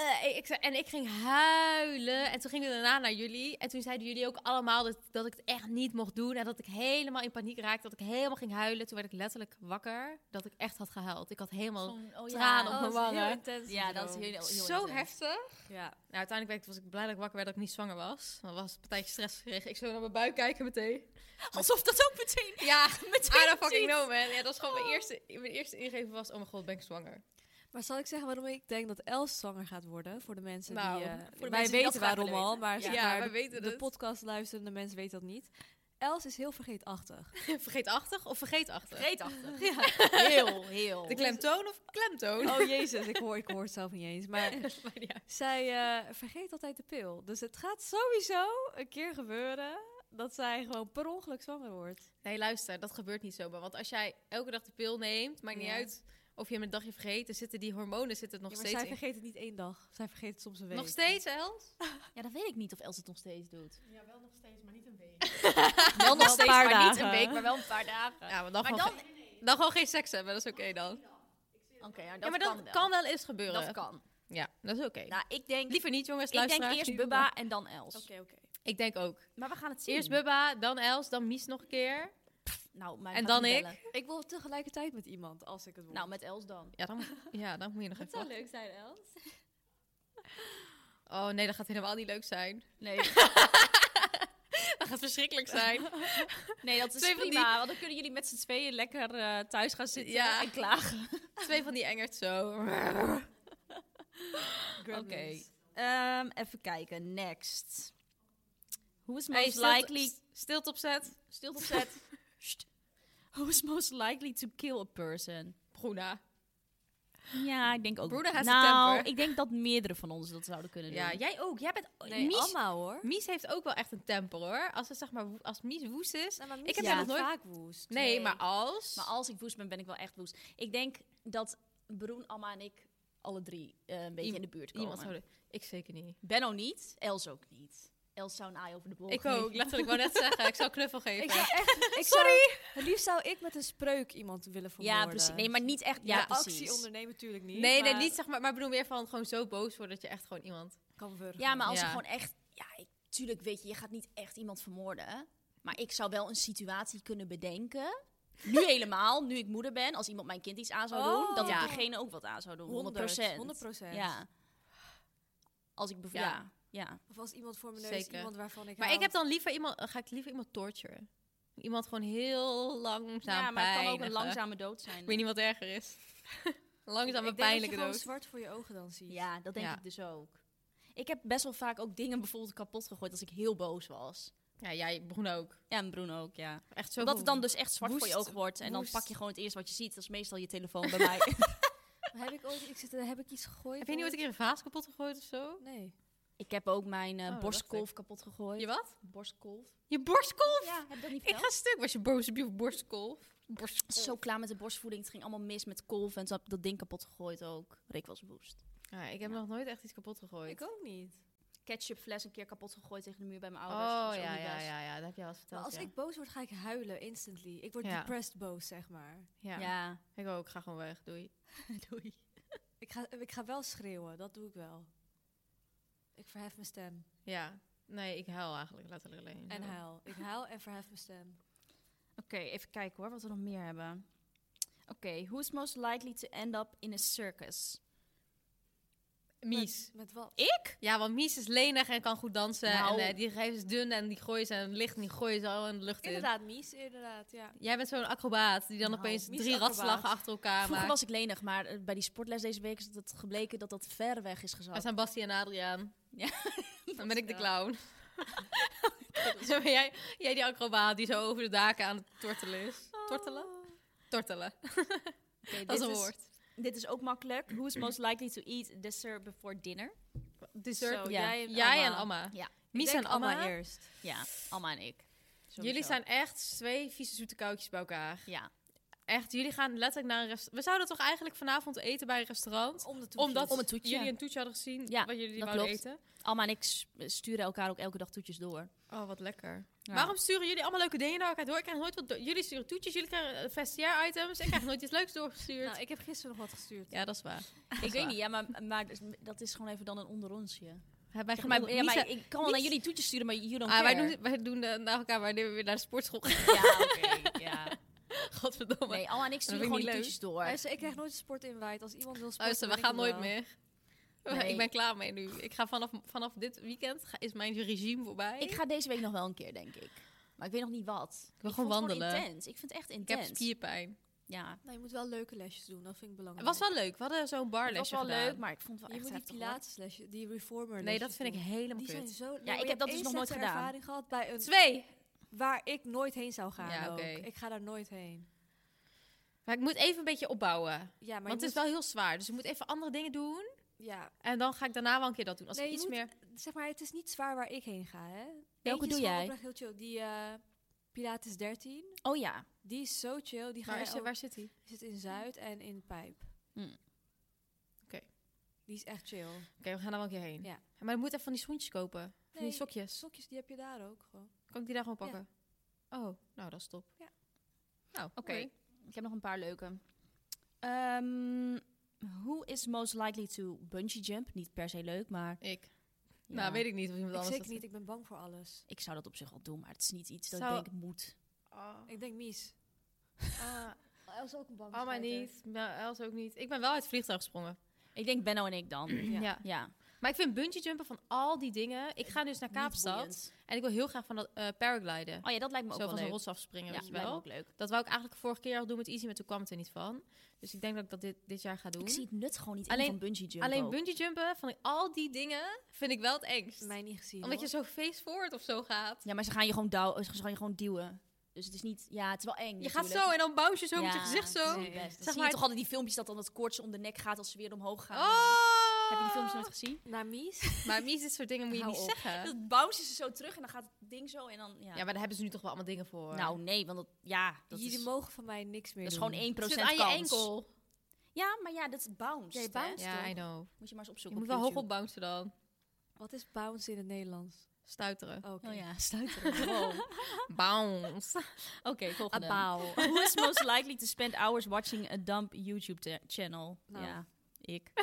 En ik ging huilen. En toen gingen we daarna naar jullie. En toen zeiden jullie ook allemaal dat ik het echt niet mocht doen. En dat ik helemaal in paniek raakte. Dat ik helemaal ging huilen. Toen werd ik letterlijk wakker. Dat ik echt had gehuild. Ik had helemaal Gewoon, tranen op Oh, mijn dat is heel wangen. intens. Ja, dat is heel Zo intens. heftig. Ja. Nou, uiteindelijk was ik blij dat ik wakker werd dat ik niet zwanger was. Dan was het een tijdje stress gekregen. Ik zou naar mijn buik kijken meteen. Alsof dat ook meteen... Ja, meteen I don't fucking ziet. know, man. Ja, dat is gewoon mijn eerste ingeving was... Oh mijn god, ben ik zwanger? Maar zal ik zeggen waarom ik denk dat Els zwanger gaat worden? Voor de mensen Nou, die... voor de wij mensen die dat weten graag waarom willen al, weten. maar, Ja, zeg maar wij weten de het. podcast luisterende mensen weten dat niet. Els is heel vergeetachtig. Vergeetachtig of vergeetachtig? Vergeetachtig. Ja. Heel. De klemtoon of klemtoon? Oh jezus, ik hoor het zelf niet eens. Maar Maakt niet uit. zij vergeet altijd de pil. Dus het gaat sowieso een keer gebeuren dat zij gewoon per ongeluk zwanger wordt. Nee, luister, dat gebeurt niet zomaar. Want als jij elke dag de pil neemt, maakt niet Ja. uit of je hem een dagje vergeet, dan zitten die hormonen nog Ja, maar steeds zij in. vergeet het niet één dag. Zij vergeet het soms een week. Nog steeds, Els? Ja, dat weet ik niet of Els het nog steeds doet. Ja, wel nog steeds, maar niet een week. Wel nog een steeds, paar maar niet dagen. een week, maar wel een paar dagen. Ja, maar dan, Maar gewoon, dan gewoon geen seks hebben, dat is oké dan. Oké, ja, dat Ja, maar kan dat wel. kan wel eens gebeuren. Dat kan. Ja, dat is oké. Nou, ik denk... Liever niet, jongens, ik denk luisteraars. eerst niet Bubba en dan Els. Oké. Ik denk ook. Maar we gaan het zien. Eerst Bubba, dan Els, dan Mies nog een keer. Nou, mij En gaat dan niet ik. bellen. Ik wil tegelijkertijd met iemand, als ik het word. Nou, met Els dan. Ja, dan moet je nog even wachten. leuk zijn, Els. Oh nee, dat gaat helemaal niet leuk zijn. Nee, Dat gaat verschrikkelijk zijn. nee dat is Twee van prima. Want dan kunnen jullie met z'n tweeën lekker thuis gaan zitten Ja. en klagen. 2 van die engert zo. Oké. Even kijken. Next. Who is Hey, most likely... Stilte opzet. Stilte opzet. Sst. Who is most likely to kill a person? Bruna. Ja, ik denk ook... Bruna has a nou, temper. ik denk dat meerdere van ons dat zouden kunnen doen. Ja, jij ook. Jij bent... Nee, Mies, allemaal hoor. Mies heeft ook wel echt een temper hoor. Als, het, zeg maar, als Mies woest is... Nou, maar Ik heb Ja. haar nog nooit... vaak woest. Nee, maar als... Maar als ik woest ben, ben ik wel echt woest. Ik denk dat Broen, Alma en ik alle drie een beetje in de buurt komen. Iemand zou... Ik zeker niet. Benno niet, Els ook niet. Els zou een aai over de bol Ik geven. ook. Letterlijk, wou net zeggen. Ik zou knuffel geven. Ik zou echt... het liefst zou ik met een spreuk iemand willen vermoorden. Ja, precies. Nee, maar niet echt... Ja, Ja, precies. actie ondernemen natuurlijk niet. Nee, maar niet zeg maar ik bedoel meer van gewoon zo boos worden dat je echt gewoon iemand... kan wurgen. Ja, maar als Ja. je gewoon echt... Ja, tuurlijk weet je, je gaat niet echt iemand vermoorden. Maar ik zou wel een situatie kunnen bedenken. Nu helemaal, nu ik moeder ben. Als iemand mijn kind iets aan zou doen. Oh. Dat Ja. ik degene ook wat aan zou doen. 100%. 100%. Ja. Als ik Ja. ja. Of als iemand voor mijn neus, Zeker. iemand waarvan ik Maar hou. ik heb dan liever iemand... Ga ik liever iemand torturen. Iemand gewoon heel langzaam Ja, maar het kan ook een pijnigen. langzame dood zijn. Ik weet niet wat erger is. Langzame ik denk pijnlijke dat je gewoon dood. zwart voor je ogen dan ziet. Ja, dat denk Ja. ik dus ook. Ik heb best wel vaak ook dingen bijvoorbeeld kapot gegooid als ik heel boos was. Ja, jij, Bruno ook. Ja, en Bruno ook, ja. Echt zo. Omdat het dan dus echt zwart voor je woest- ogen wordt. En dan woest. pak je gewoon het eerste wat je ziet. Dat is meestal je telefoon bij mij. Maar heb ik iets gegooid? Heb je niet ooit een keer een vaas kapot gegooid of zo? Nee. Ik heb ook mijn dat borstkolf dacht kapot gegooid. Je wat? Borstkolf? Je borstkolf? Ja, heb je dat niet Ik verteld? ga stuk. Was je boos op je borstkolf? Borstkolf. Zo klaar met de borstvoeding. Het ging allemaal mis met kolf. En toen heb ik dat ding kapot gegooid ook. Rick was woest. Ja, ik heb nog nooit echt iets kapot gegooid. Ik ook niet. Ketchupfles een keer kapot gegooid tegen de muur bij mijn ouders. Oh, Dat is ook ja, niet ja, best. ja. Dat heb je al eens verteld. Maar als ja. ik boos word, ga ik huilen instantly. Ik word Ja. depressed boos, zeg maar. Ja. Ja. Ik ook. Ik ga gewoon weg. Doei. Doei. Ik ga wel schreeuwen, dat doe ik wel. Ik verhef mijn stem. Ja. Nee, ik huil eigenlijk letterlijk alleen. En Zo. huil. Ik huil en verhef mijn stem. Oké, even kijken hoor, wat we nog meer hebben. Oké, who's most likely to end up in a circus? Mies. Met wat? Ik? Ja, want Mies is lenig en kan goed dansen. Nou. En die geeft is dun en die gooien ze en licht en die gooien ze al in de lucht in. Inderdaad, Mies, inderdaad, ja. Jij bent zo'n acrobaat die dan Nou, opeens Mies 3 acrobaat. ratslagen achter elkaar Vroeger maakt. was ik lenig, maar bij die sportles deze week is het gebleken dat dat ver weg is Wij gezakt. zijn Basti en Adriaan. Ja. Dan ben ik de clown. Zo ben jij die acrobaat die zo over de daken aan het tortelen is. Tortelen? Tortelen. Oké, Dat is dit een woord. Dit is ook makkelijk. Who's most likely to eat dessert before dinner? Dessert. Zo, ja. jij En Amma. Ja. Mies en Amma. eerst. Ja, Alma en ik. Sowieso. Jullie zijn echt 2 vieze zoete koutjes bij elkaar. Ja. Echt, jullie gaan letterlijk naar een restaurant. We zouden toch eigenlijk vanavond eten bij een restaurant? Om de toetjes. Omdat Om een toetje. jullie een toetje hadden gezien Ja, wat jullie dat wouden klopt. eten. Alma en ik sturen elkaar ook elke dag toetjes door. Oh, wat lekker. Ja. Waarom sturen jullie allemaal leuke dingen naar elkaar door? Ik krijg nooit wat jullie sturen toetjes, jullie krijgen vestiaire-items. Ik krijg nooit iets leuks doorgestuurd. Nou, ik heb gisteren nog wat gestuurd. Ja, dat is waar. Ik weet niet, ja, maar dat is gewoon even dan een onder onsje. Wij Zeg gaan maar, onder- ja, Mies- maar ik kan wel naar Mies- jullie toetjes sturen, maar you don't Ah, care. wij doen naar elkaar wanneer we weer naar de sportschool gaan. Ja, oké. Ja. Godverdomme. Nee, Alma en ik Dat sturen vind ik gewoon die niet toetjes door. Luister, ik krijg nooit een sportinvite. Als iemand wil sporten, Luister, we ben ik gaan er nooit wel. meer. Nee. Ik ben klaar mee nu. Ik ga vanaf dit weekend is mijn regime voorbij. Ik ga deze week nog wel een keer, denk ik. Maar ik weet nog niet wat. Ik wil gewoon vond het wandelen. Intens. Ik vind het echt Ik heb intens. spierpijn. Ja. Nou, je moet wel leuke lesjes doen, dat vind ik Het belangrijk. was wel leuk. We hadden zo'n Het barlesje was wel gedaan. leuk, maar ik vond het wel Je echt moet die heftig, hoor. Pilateslesje, die reformer Nee, dat vind ik helemaal Die zijn kut. zo... Ja, ik heb dat dus nog nooit gedaan. ervaring gehad bij een... 2. Waar ik nooit heen zou gaan Ja, ook. oké. Ik ga daar nooit heen. Maar ik moet even een beetje opbouwen. Ja, maar Want het is wel heel zwaar. Dus ik moet even andere dingen doen. Ja, En dan ga ik daarna wel een keer dat doen. Als nee, ik iets je moet- meer... Zeg maar, het is niet zwaar waar ik heen ga, hè? Welke Eentje doe is gewoon jij? oprecht heel chill. Die Pilates 13, Oh ja. die is zo chill. Die ga je ook... Waar zit hij? Die zit in Zuid en in Pijp. Mm. Oké. Die is echt chill. Oké, we gaan daar wel een keer heen. Ja. Maar ik moet even van die schoentjes kopen. Van die sokjes. Sokjes, die heb je daar ook gewoon. Kan ik die daar gewoon pakken? Oh, nou, dat is top. Ja. Nou, Oké. Ik heb nog een paar leuke. Who is most likely to bungee jump? Niet per se leuk, maar... Ik. Ja. Nou, weet ik niet of iemand Ik anders zeker dat niet, ik ben bang voor alles. Ik zou dat op zich wel doen, maar het is niet iets dat Zou- ik denk moet. Ik denk Mies. Els ook een bang. Allemaal niet. Ja, Els ook niet. Ik ben wel uit het vliegtuig gesprongen. Ik denk Benno en ik dan. Ja. Ja. Maar ik vind bungee jumpen van al die dingen... Ik ga dus naar Niet Kaapstad. boeiend. En ik wil heel graag van dat paragliden. Oh ja, dat lijkt me ook Zo wel van zo'n leuk. rots afspringen, Ja, weet je lijkt me wel. ook leuk. Dat wou ik eigenlijk vorige keer al doen met Easy, maar toen kwam het er niet van. Dus ik denk dat ik dat dit jaar ga doen. Ik zie het nut gewoon niet Alleen- in van bungee jump. Alleen ook. bungee jumpen, van al die dingen, vind ik wel het engst. Mij niet gezien. Omdat je hoor. zo face forward of zo gaat. Ja, maar ze gaan je gewoon duwen. Dus het is niet... Ja, het is wel eng Je gaat natuurlijk. zo en dan bounce je zo met je Ja, gezicht het is zo. niet best. Dan Zeg zie maar- je toch altijd die filmpjes dat dan het koordje om de nek gaat als ze weer omhoog gaan. Oh! Heb je die filmpjes nooit gezien? Naar Mies? Maar Mies, dit soort dingen moet je Hou niet op. zeggen. Dan bounce ze zo terug en dan gaat het ding zo en dan... Ja, Ja, maar daar hebben ze nu toch wel allemaal dingen voor. nou nee, want dat Jullie is... mogen van mij niks meer Dat is doen. gewoon 1% het zit aan je kans. enkel. Ja, maar ja, dat is bounce. Ja, je bounce Ja, toch? I know. Moet je maar eens Je opzoeken moet op wel hoog YouTube. op bouncen dan. Wat is bounce in het Nederlands? Stuiteren. Oké. Oh ja, stuiteren. Wow. Bounce. Oké, volgende. Abouw. Who is most likely to spend hours watching a dumb YouTube channel? Nou. Ja, ik.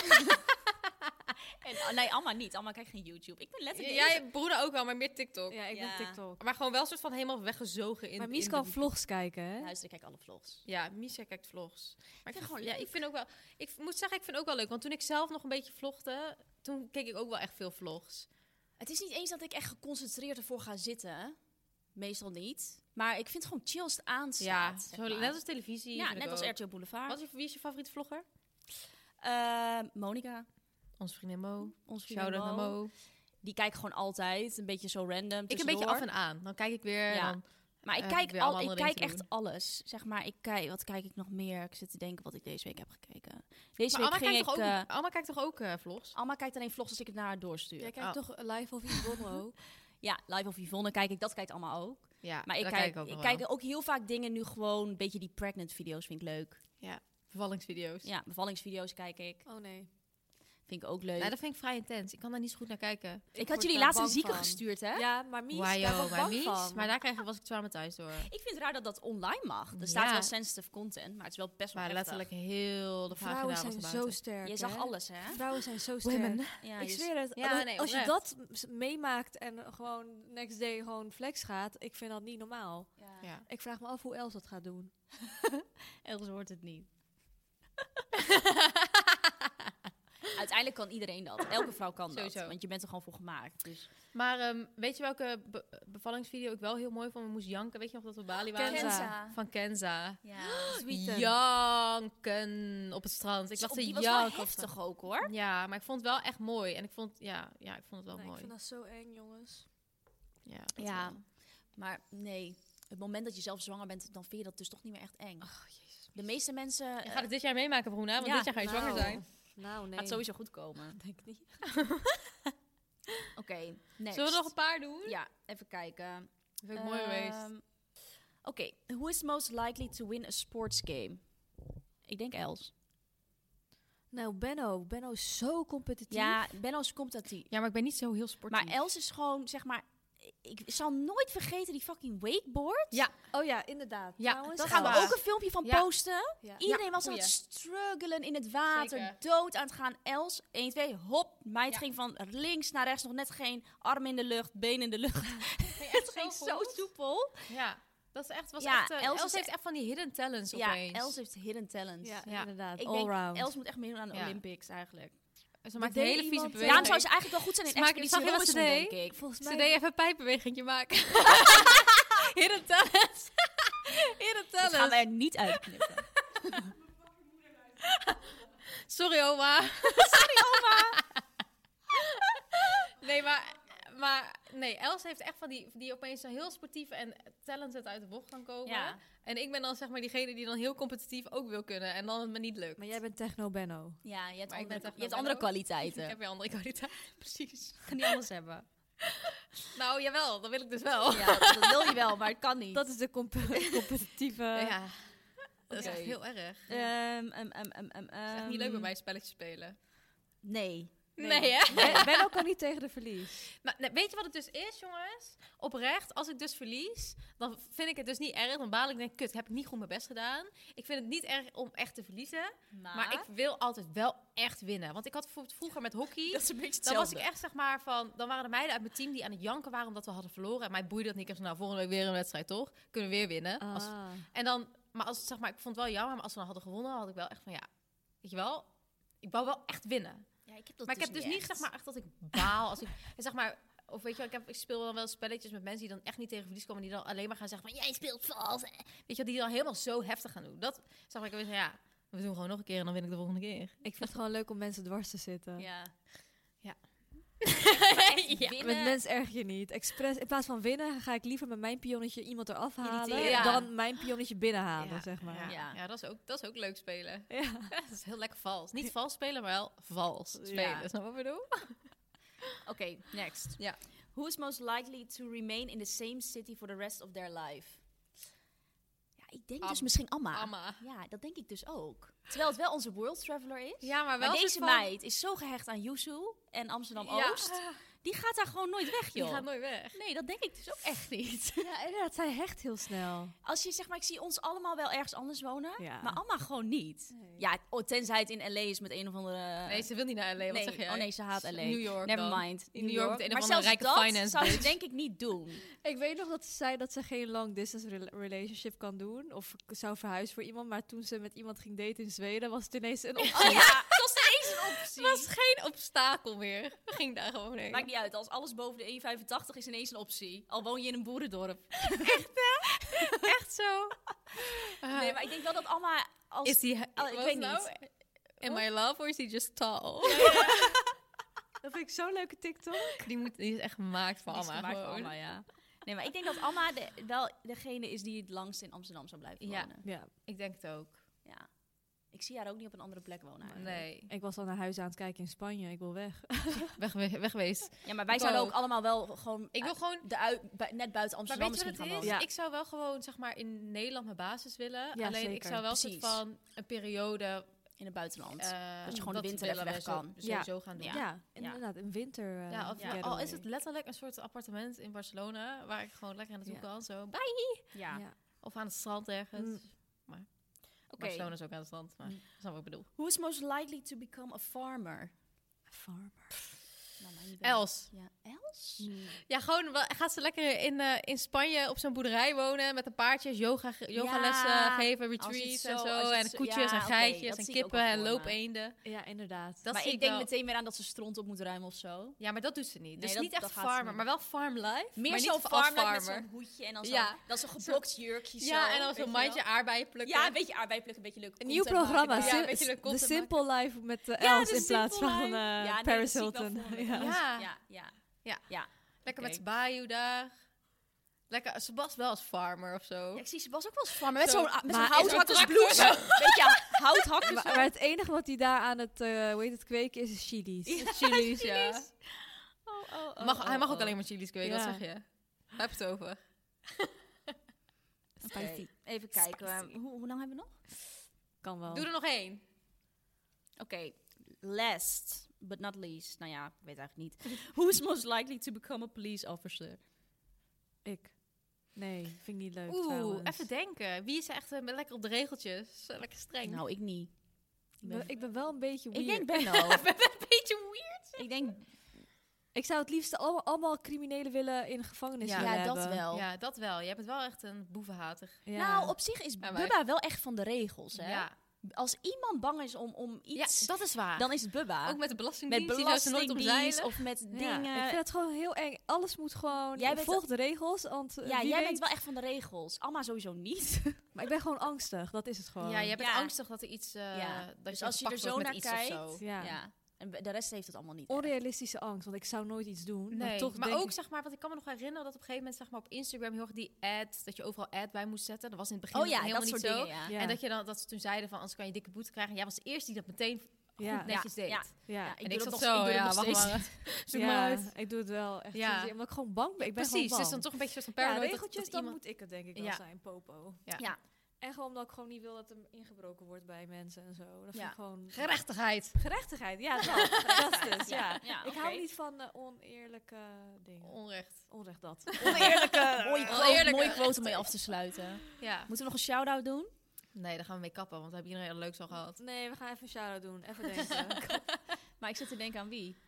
En, nee, Alma niet. Alma kijkt geen YouTube. Ik ben letterlijk... Jij, broeder ook wel, maar meer TikTok. Ja, ik Ja. ben TikTok. Maar gewoon wel een soort van helemaal weggezogen in. Maar Mies in kan de- vlogs kijken, hè? Luister, ik kijk alle vlogs. Ja, Misha kijkt vlogs. Maar vind gewoon ja, leuk. ik vind ook wel. Ik moet zeggen, ik vind ook wel leuk. Want toen ik zelf nog een beetje vlogde, toen keek ik ook wel echt veel vlogs. Het is niet eens dat ik echt geconcentreerd ervoor ga zitten. Meestal niet. Maar ik vind het gewoon chill als het Ja, aanstaat. zeg zo, maar. net als televisie. Ja, vind ik net als ook. RTL Boulevard. Wie is je favoriete vlogger? Monica. Onze vriendin Mo. Onze vriendin Shout-out naar Mo. Mo. Die kijk ik gewoon altijd. Een beetje zo random. Ik een beetje af en aan. Dan kijk ik weer. Ja. En dan, Maar ik heb ik kijk, weer allemaal ik andere kijk dingen te echt doen. alles. Zeg maar, wat kijk ik nog meer? Ik zit te denken wat ik deze week heb gekeken. Deze maar week Alma ging kijkt, ik... toch ook, Alma kijkt toch ook vlogs? Alma kijkt alleen vlogs als ik het naar haar doorstuur. Jij kijkt toch Live of Yvonne ook? Ja, Live of Yvonne kijk ik. Dat kijkt allemaal ook. Ja, Maar ik dat kijk, ook ik nog kijk wel. ook heel vaak dingen nu gewoon... Een beetje die pregnant video's vind ik leuk. Ja, bevallingsvideo's. Ja, bevallingsvideo's kijk ik. Oh nee. Vind ik ook leuk. Nee, dat vind ik vrij intens. Ik kan daar niet zo goed naar kijken. ik had word jullie daar laatst een bang zieke van. gestuurd, hè? Ja, maar Mies, Wauw, daar word ik maar bang van. Maar daar was ik zwaar thuis door. Ik vind het raar dat dat online mag. Er staat Ja. wel sensitive content, maar het is wel best wel Maar heftig. letterlijk heel de Vrouwen vagina zijn was zo buiten. sterk, Je zag hè? alles, hè? Vrouwen zijn zo sterk. Women. Ja, Ik je- zweer het. Ja, nee, als je oprecht. dat meemaakt en gewoon next day gewoon flex gaat, ik vind dat niet normaal. Ja. Ik vraag me af hoe Els dat gaat doen. Els wordt het niet. Uiteindelijk kan iedereen dat. Elke vrouw kan Sowieso. dat. Want je bent er gewoon voor gemaakt. Dus. Maar weet je welke bevallingsvideo ik wel heel mooi vond? We moesten janken. Weet je nog dat we op Bali waren? Kenza. Van Kenza. Ja. Janken op het strand. Ik lag te die was wel janken. heftig ook, hoor. Ja, maar ik vond het wel echt mooi. En ik vond, ik vond het wel Nee, ik mooi. vind dat zo eng, jongens. Ja, dat Ja. wel. Maar nee, het moment dat je zelf zwanger bent, dan vind je dat dus toch niet meer echt eng. Oh, jezus. De meeste mensen... Je gaat het dit jaar meemaken, Bruna. Want Ja. dit jaar ga je zwanger zijn. Nou, nee. gaat sowieso goed komen. Denk ik niet. Oké, next. Zullen we nog een paar doen? Ja, even kijken. Dat vind ik mooi geweest. Oké, who is most likely to win a sports game? Ik denk Els. Nou, Benno is zo competitief. Ja, Benno is competitief. Ja, maar ik ben niet zo heel sportief. Maar Els is gewoon, zeg maar... Ik zal nooit vergeten die fucking wakeboard. Ja. Oh ja, inderdaad. Ja, Trouwens, Daar dat gaan we waar. ook een filmpje van Ja. posten. Ja. Iedereen was aan goeie. het struggelen in het water. Zeker. Dood aan het gaan. Els, 1, 2, hop. Meid Ja. ging van links naar rechts. Nog net geen arm in de lucht, been in de lucht. Het ging zo goed. soepel. Ja, dat is echt, was Ja, echt... Els Els is heeft echt van die hidden talents Ja, opeens. Els heeft hidden talents. Ja, Ja. inderdaad. Ik All denk, round. Els moet echt meedoen aan de Ja. Olympics eigenlijk. Ze maakt deed hele vieze iemand- bewegingen. Daarom zou ze eigenlijk wel goed zijn in Smaak- Expeditie zag je wat ze Robinson, deed? denk ik. Volgens Ze mij... deed even een pijpenbewegingje maken. Hidden talents. Hidden Dat gaan we talents. er niet uitknippen. Sorry, oma. Nee, Els heeft echt van die opeens zo heel sportief en talented uit de bocht kan komen. Ja. En ik ben dan zeg maar diegene die dan heel competitief ook wil kunnen en dan het me niet lukt. Maar jij bent Techno-Benno. Ja, je hebt Maar ik ben andere, toch je hebt nog andere wel- kwaliteiten. Ik heb weer andere kwaliteiten. Precies. kan niet alles hebben. Nou, jawel, dat wil ik dus wel. Ja, dat wil je wel, maar het kan niet. Dat is de competitieve... Ja. Dat is Oké. echt heel erg. Het Het is echt niet leuk bij mij spelletjes spelen. Nee. Nee, hè? Benno kan niet tegen de verlies. Maar nee, weet je wat het dus is, jongens? Oprecht, als ik dus verlies, dan vind ik het dus niet erg. Dan baal ik, denk kut, heb ik niet goed mijn best gedaan. Ik vind het niet erg om echt te verliezen. Maar ik wil altijd wel echt winnen. Want ik had bijvoorbeeld vroeger met hockey... Dat is een beetje Dan was hetzelfde. ik echt, zeg maar, van... Dan waren de meiden uit mijn team die aan het janken waren omdat we hadden verloren. En mij boeide dat niet. Ik zei, nou, volgende week weer een wedstrijd, toch? Kunnen we weer winnen. En dan... Maar als, zeg maar, ik vond het wel jammer. Maar als we dan hadden gewonnen, had ik wel echt van, ja... Weet je wel? Ik wou wel echt winnen. Ja, ik heb dat Maar ik heb dus niet, echt. zeg maar, echt dat ik baal als ik... zeg maar... Of weet je wel, ik speel dan wel spelletjes met mensen die dan echt niet tegen verlies komen. Die dan alleen maar gaan zeggen van, jij speelt vals. Weet je wel, die dan helemaal zo heftig gaan doen. Dat zeg maar, ik weer van, ja, we doen gewoon nog een keer en dan win ik de volgende keer. Ik vind het gewoon leuk om mensen dwars te zitten. Ja. Ja. Ja. Met mensen erg je niet. Expres, in plaats van winnen ga ik liever met mijn pionnetje iemand eraf halen... Irriteren. Ja. dan mijn pionnetje binnenhalen, Ja, zeg maar. Ja, Ja. ja. dat is ook leuk spelen. Ja. Ja, dat is heel lekker vals. Niet vals spelen, maar wel vals spelen. Ja. Snap je wat ik bedoel? Oké, next. Ja. Who is most likely to remain in the same city for the rest of their life? Ja, ik denk dus misschien Amma. Amma. Ja, dat denk ik dus ook. Terwijl het wel onze world traveler is. Ja, maar wel Maar een deze soort van- meid is zo gehecht aan Yusu en Amsterdam-Oost. Ja. Die gaat daar gewoon nooit weg, Die joh. gaat nooit weg. Nee, dat denk ik dus ook echt niet. Ja, inderdaad, zij hecht heel snel. Als je zeg maar, ik zie ons allemaal wel ergens anders wonen, Ja. maar Amma gewoon niet. Nee. Ja, tenzij het in LA is met een of andere... Nee, ze wil niet naar LA. Wat nee. zeg jij? Oh nee, ze haat LA. New York Never dan. mind. In New York met een of maar andere zelfs rijke dat finance zou ze bitch. denk ik niet doen. Ik weet nog dat ze zei dat ze geen long distance relationship kan doen. Of zou verhuizen voor iemand. Maar toen ze met iemand ging daten in Zweden, was het ineens een optie. Oh ja, dat was ineens een optie. Het was geen obstakel meer. We gingen daar gewoon heen. Maakt niet uit, als alles boven de 1,85 is ineens een optie. Al woon je in een boerendorp. Echt zo? Nee, maar ik denk wel dat Amma als... Is hij... ik weet niet. Am I love or is he just tall? Dat vind ik ik zo'n leuke TikTok. Die is echt gemaakt voor Die is Amma. gemaakt voor gewoon. Amma, ja. Nee, maar ik denk dat Amma wel degene is die het langst in Amsterdam zou blijven Ja. wonen. Ja, Ik denk het ook. Ja. Ik zie haar ook niet op een andere plek wonen eigenlijk. Nee. ik was al naar huis aan het kijken in Spanje. Ik wil weg. Weg geweest. Ja, maar wij Ik zouden ook. ook allemaal wel gewoon... Ik wil gewoon... net buiten Maar Amsterdam weet je misschien wat gaan het is? wonen. Ik zou wel gewoon, zeg maar, in Nederland mijn basis willen. Ja, Alleen ik zeker. zou wel een soort Precies. van een periode... In het buitenland. dat je gewoon de winter even weg kan. Sowieso gaan doen. Ja, inderdaad. Een winter. Ja, of, getaway. al is het letterlijk een soort appartement in Barcelona... waar ik gewoon lekker aan naartoe kan. Zo, Ja. Ja. of aan het strand ergens. Mm. Maar Oké. Barcelona is ook aan het strand. Maar dat is wat ik bedoel. Who is most likely to become a farmer? Farmer. Nou, mij niet wel. Els. Ja, Els? Ja, gewoon gaat ze lekker in Spanje op zo'n boerderij wonen... met een paardjes, yogalessen geven, retreats en zo. En koetjes en geitjes en kippen en loopeenden. Ja, inderdaad. Dat Maar zie ik denk wel. meteen weer aan dat ze stront op moet ruimen of zo. Ja, maar dat doet ze niet. Nee, Dus dat- niet echt dat gaat ze farmer, niet. maar wel farm life. Meer maar zo'n niet als farmer met farmer. zo'n hoedje en dan Ja. dan zo'n geblokt jurkje zo. Ja, en dan weet zo'n je mandje wel. aardbeien plukken. Ja, een beetje aardbei plukken, een beetje leuk. Een nieuw programma. Ja, een beetje de The content Simple Life met Ja, Els The in plaats Simple van Life. Ja, nee, Paris dat zie ik wel Hilton. voor me. Ja. Ja. Lekker Oké. met z'n bayou daar. Lekker, ze was wel als farmer of zo. Ja, ik zie Sebas ook wel eens farmer met Zo. zo'n Maar- houthakkersblouse. Weet je, houthakkers. Maar het enige wat hij daar aan het, hoe heet het, kweken is chili's. Chili's, ja. Hij mag ook oh. alleen maar chili's kweken, Ja. wat zeg je? Waar heb je het over? Oké, even kijken. Hoe lang hebben we nog? Kan wel. Doe er nog één. Oké, last but not least. Nou ja, ik weet eigenlijk niet. Who is most likely to become a police officer? Ik. Nee, vind ik niet leuk Oeh, trouwens. even denken. Wie is er echt lekker op de regeltjes? Lekker streng. Nou, ik niet. Ik ben wel een beetje weird. Ik denk Benno. een beetje weird. Ik denk, Ik zou het liefst allemaal criminelen willen in de gevangenis Ja, willen ja, dat hebben. wel. Ja, dat wel. Je bent wel echt een boevenhater. Ja. Nou, op zich is Ja, maar- Bubba wel echt van de regels, hè? Ja. Als iemand bang is om iets, Dat is waar. dan is het Bubba. ook met de belastingdienst. met die zou ze nooit belastingdienst omzeilen. of met Ja, dingen. ik vind het gewoon heel eng. Alles moet gewoon... Jij bent- volg de regels, want Ja, wie jij weet- bent wel echt van de regels. Alma sowieso niet. Maar ik ben gewoon angstig, dat is het gewoon. Ja, jij bent Ja. angstig dat er iets... Ja. Dat Dus je als je er gepakt zo wordt naar met iets kijkt... of zo. Ja. Ja. En de rest heeft het allemaal niet. Onrealistische angst, want ik zou nooit iets doen. Nee, maar toch maar denk ook ik- zeg maar, want ik kan me nog herinneren dat op een gegeven moment zeg maar op Instagram heel erg die ad, dat je overal ad bij moest zetten. Dat was in het begin Oh ja, helemaal dat niet soort zo. dingen, ja. Ja. En dat ze toen zeiden van anders kan je dikke boete krijgen. En jij was de eerste die dat meteen goed Ja. netjes deed. Ja. Ja, Ja, En ik zat nog- zo, doe het ja, nog wacht steeds. maar. Zoek ja, maar uit. ik doe het wel echt. Ja. Omdat ik gewoon bang ben. Ik ben Precies, gewoon het is bang. dan toch een beetje een soort van Ja, paranoid. regeltjes, dat dan iemand... moet ik het denk ik wel Ja. zijn, popo. Ja. Ja. En gewoon omdat ik gewoon niet wil dat er ingebroken wordt bij mensen en zo. Dat vind Ja. ik gewoon... Gerechtigheid. Gerechtigheid, ja, dat is dus, ja. Ja, Ik oké. hou niet van oneerlijke dingen. Onrecht. Onrecht dat. Oneerlijke. Oneerlijke. Mooie quote om mee af te sluiten. Ja. Moeten we nog een shout-out doen? Nee, daar gaan we mee kappen, want we hebben iedereen al leuks al gehad. Nee, we gaan even een shout-out doen. Even denken. Maar ik zit te denken aan wie?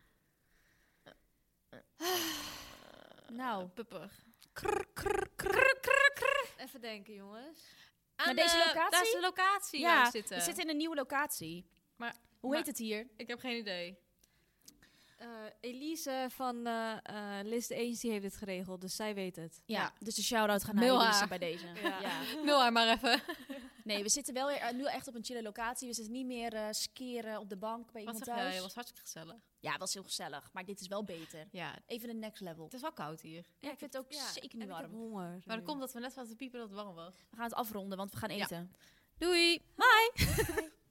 Nou, Pupper. Even denken, jongens. Naar deze locatie? Daar is de locatie waar ja, we zitten. we zitten in een nieuwe locatie. Maar, Hoe heet het hier? Ik heb geen idee. Elise van Liz the Agency heeft dit geregeld, dus zij weet het. Ja, dus de shout-out gaat naar Mail Elise haar. bij deze. Ja. Ja. Mail haar maar even. Nee, we zitten wel weer, nu echt op een chille locatie. We zitten niet meer skeren op de bank bij Wat iemand zeg jij? thuis. Het was hartstikke gezellig. Ja, het was heel gezellig. Maar dit is wel beter. Ja, Even de next level. het is wel koud hier. Ja, ik vind het ook zeker en niet ik heb warm. honger. Maar dat nu. komt dat we net van te piepen dat het warm was. We gaan het afronden, want we gaan Ja. eten. Doei! Bye!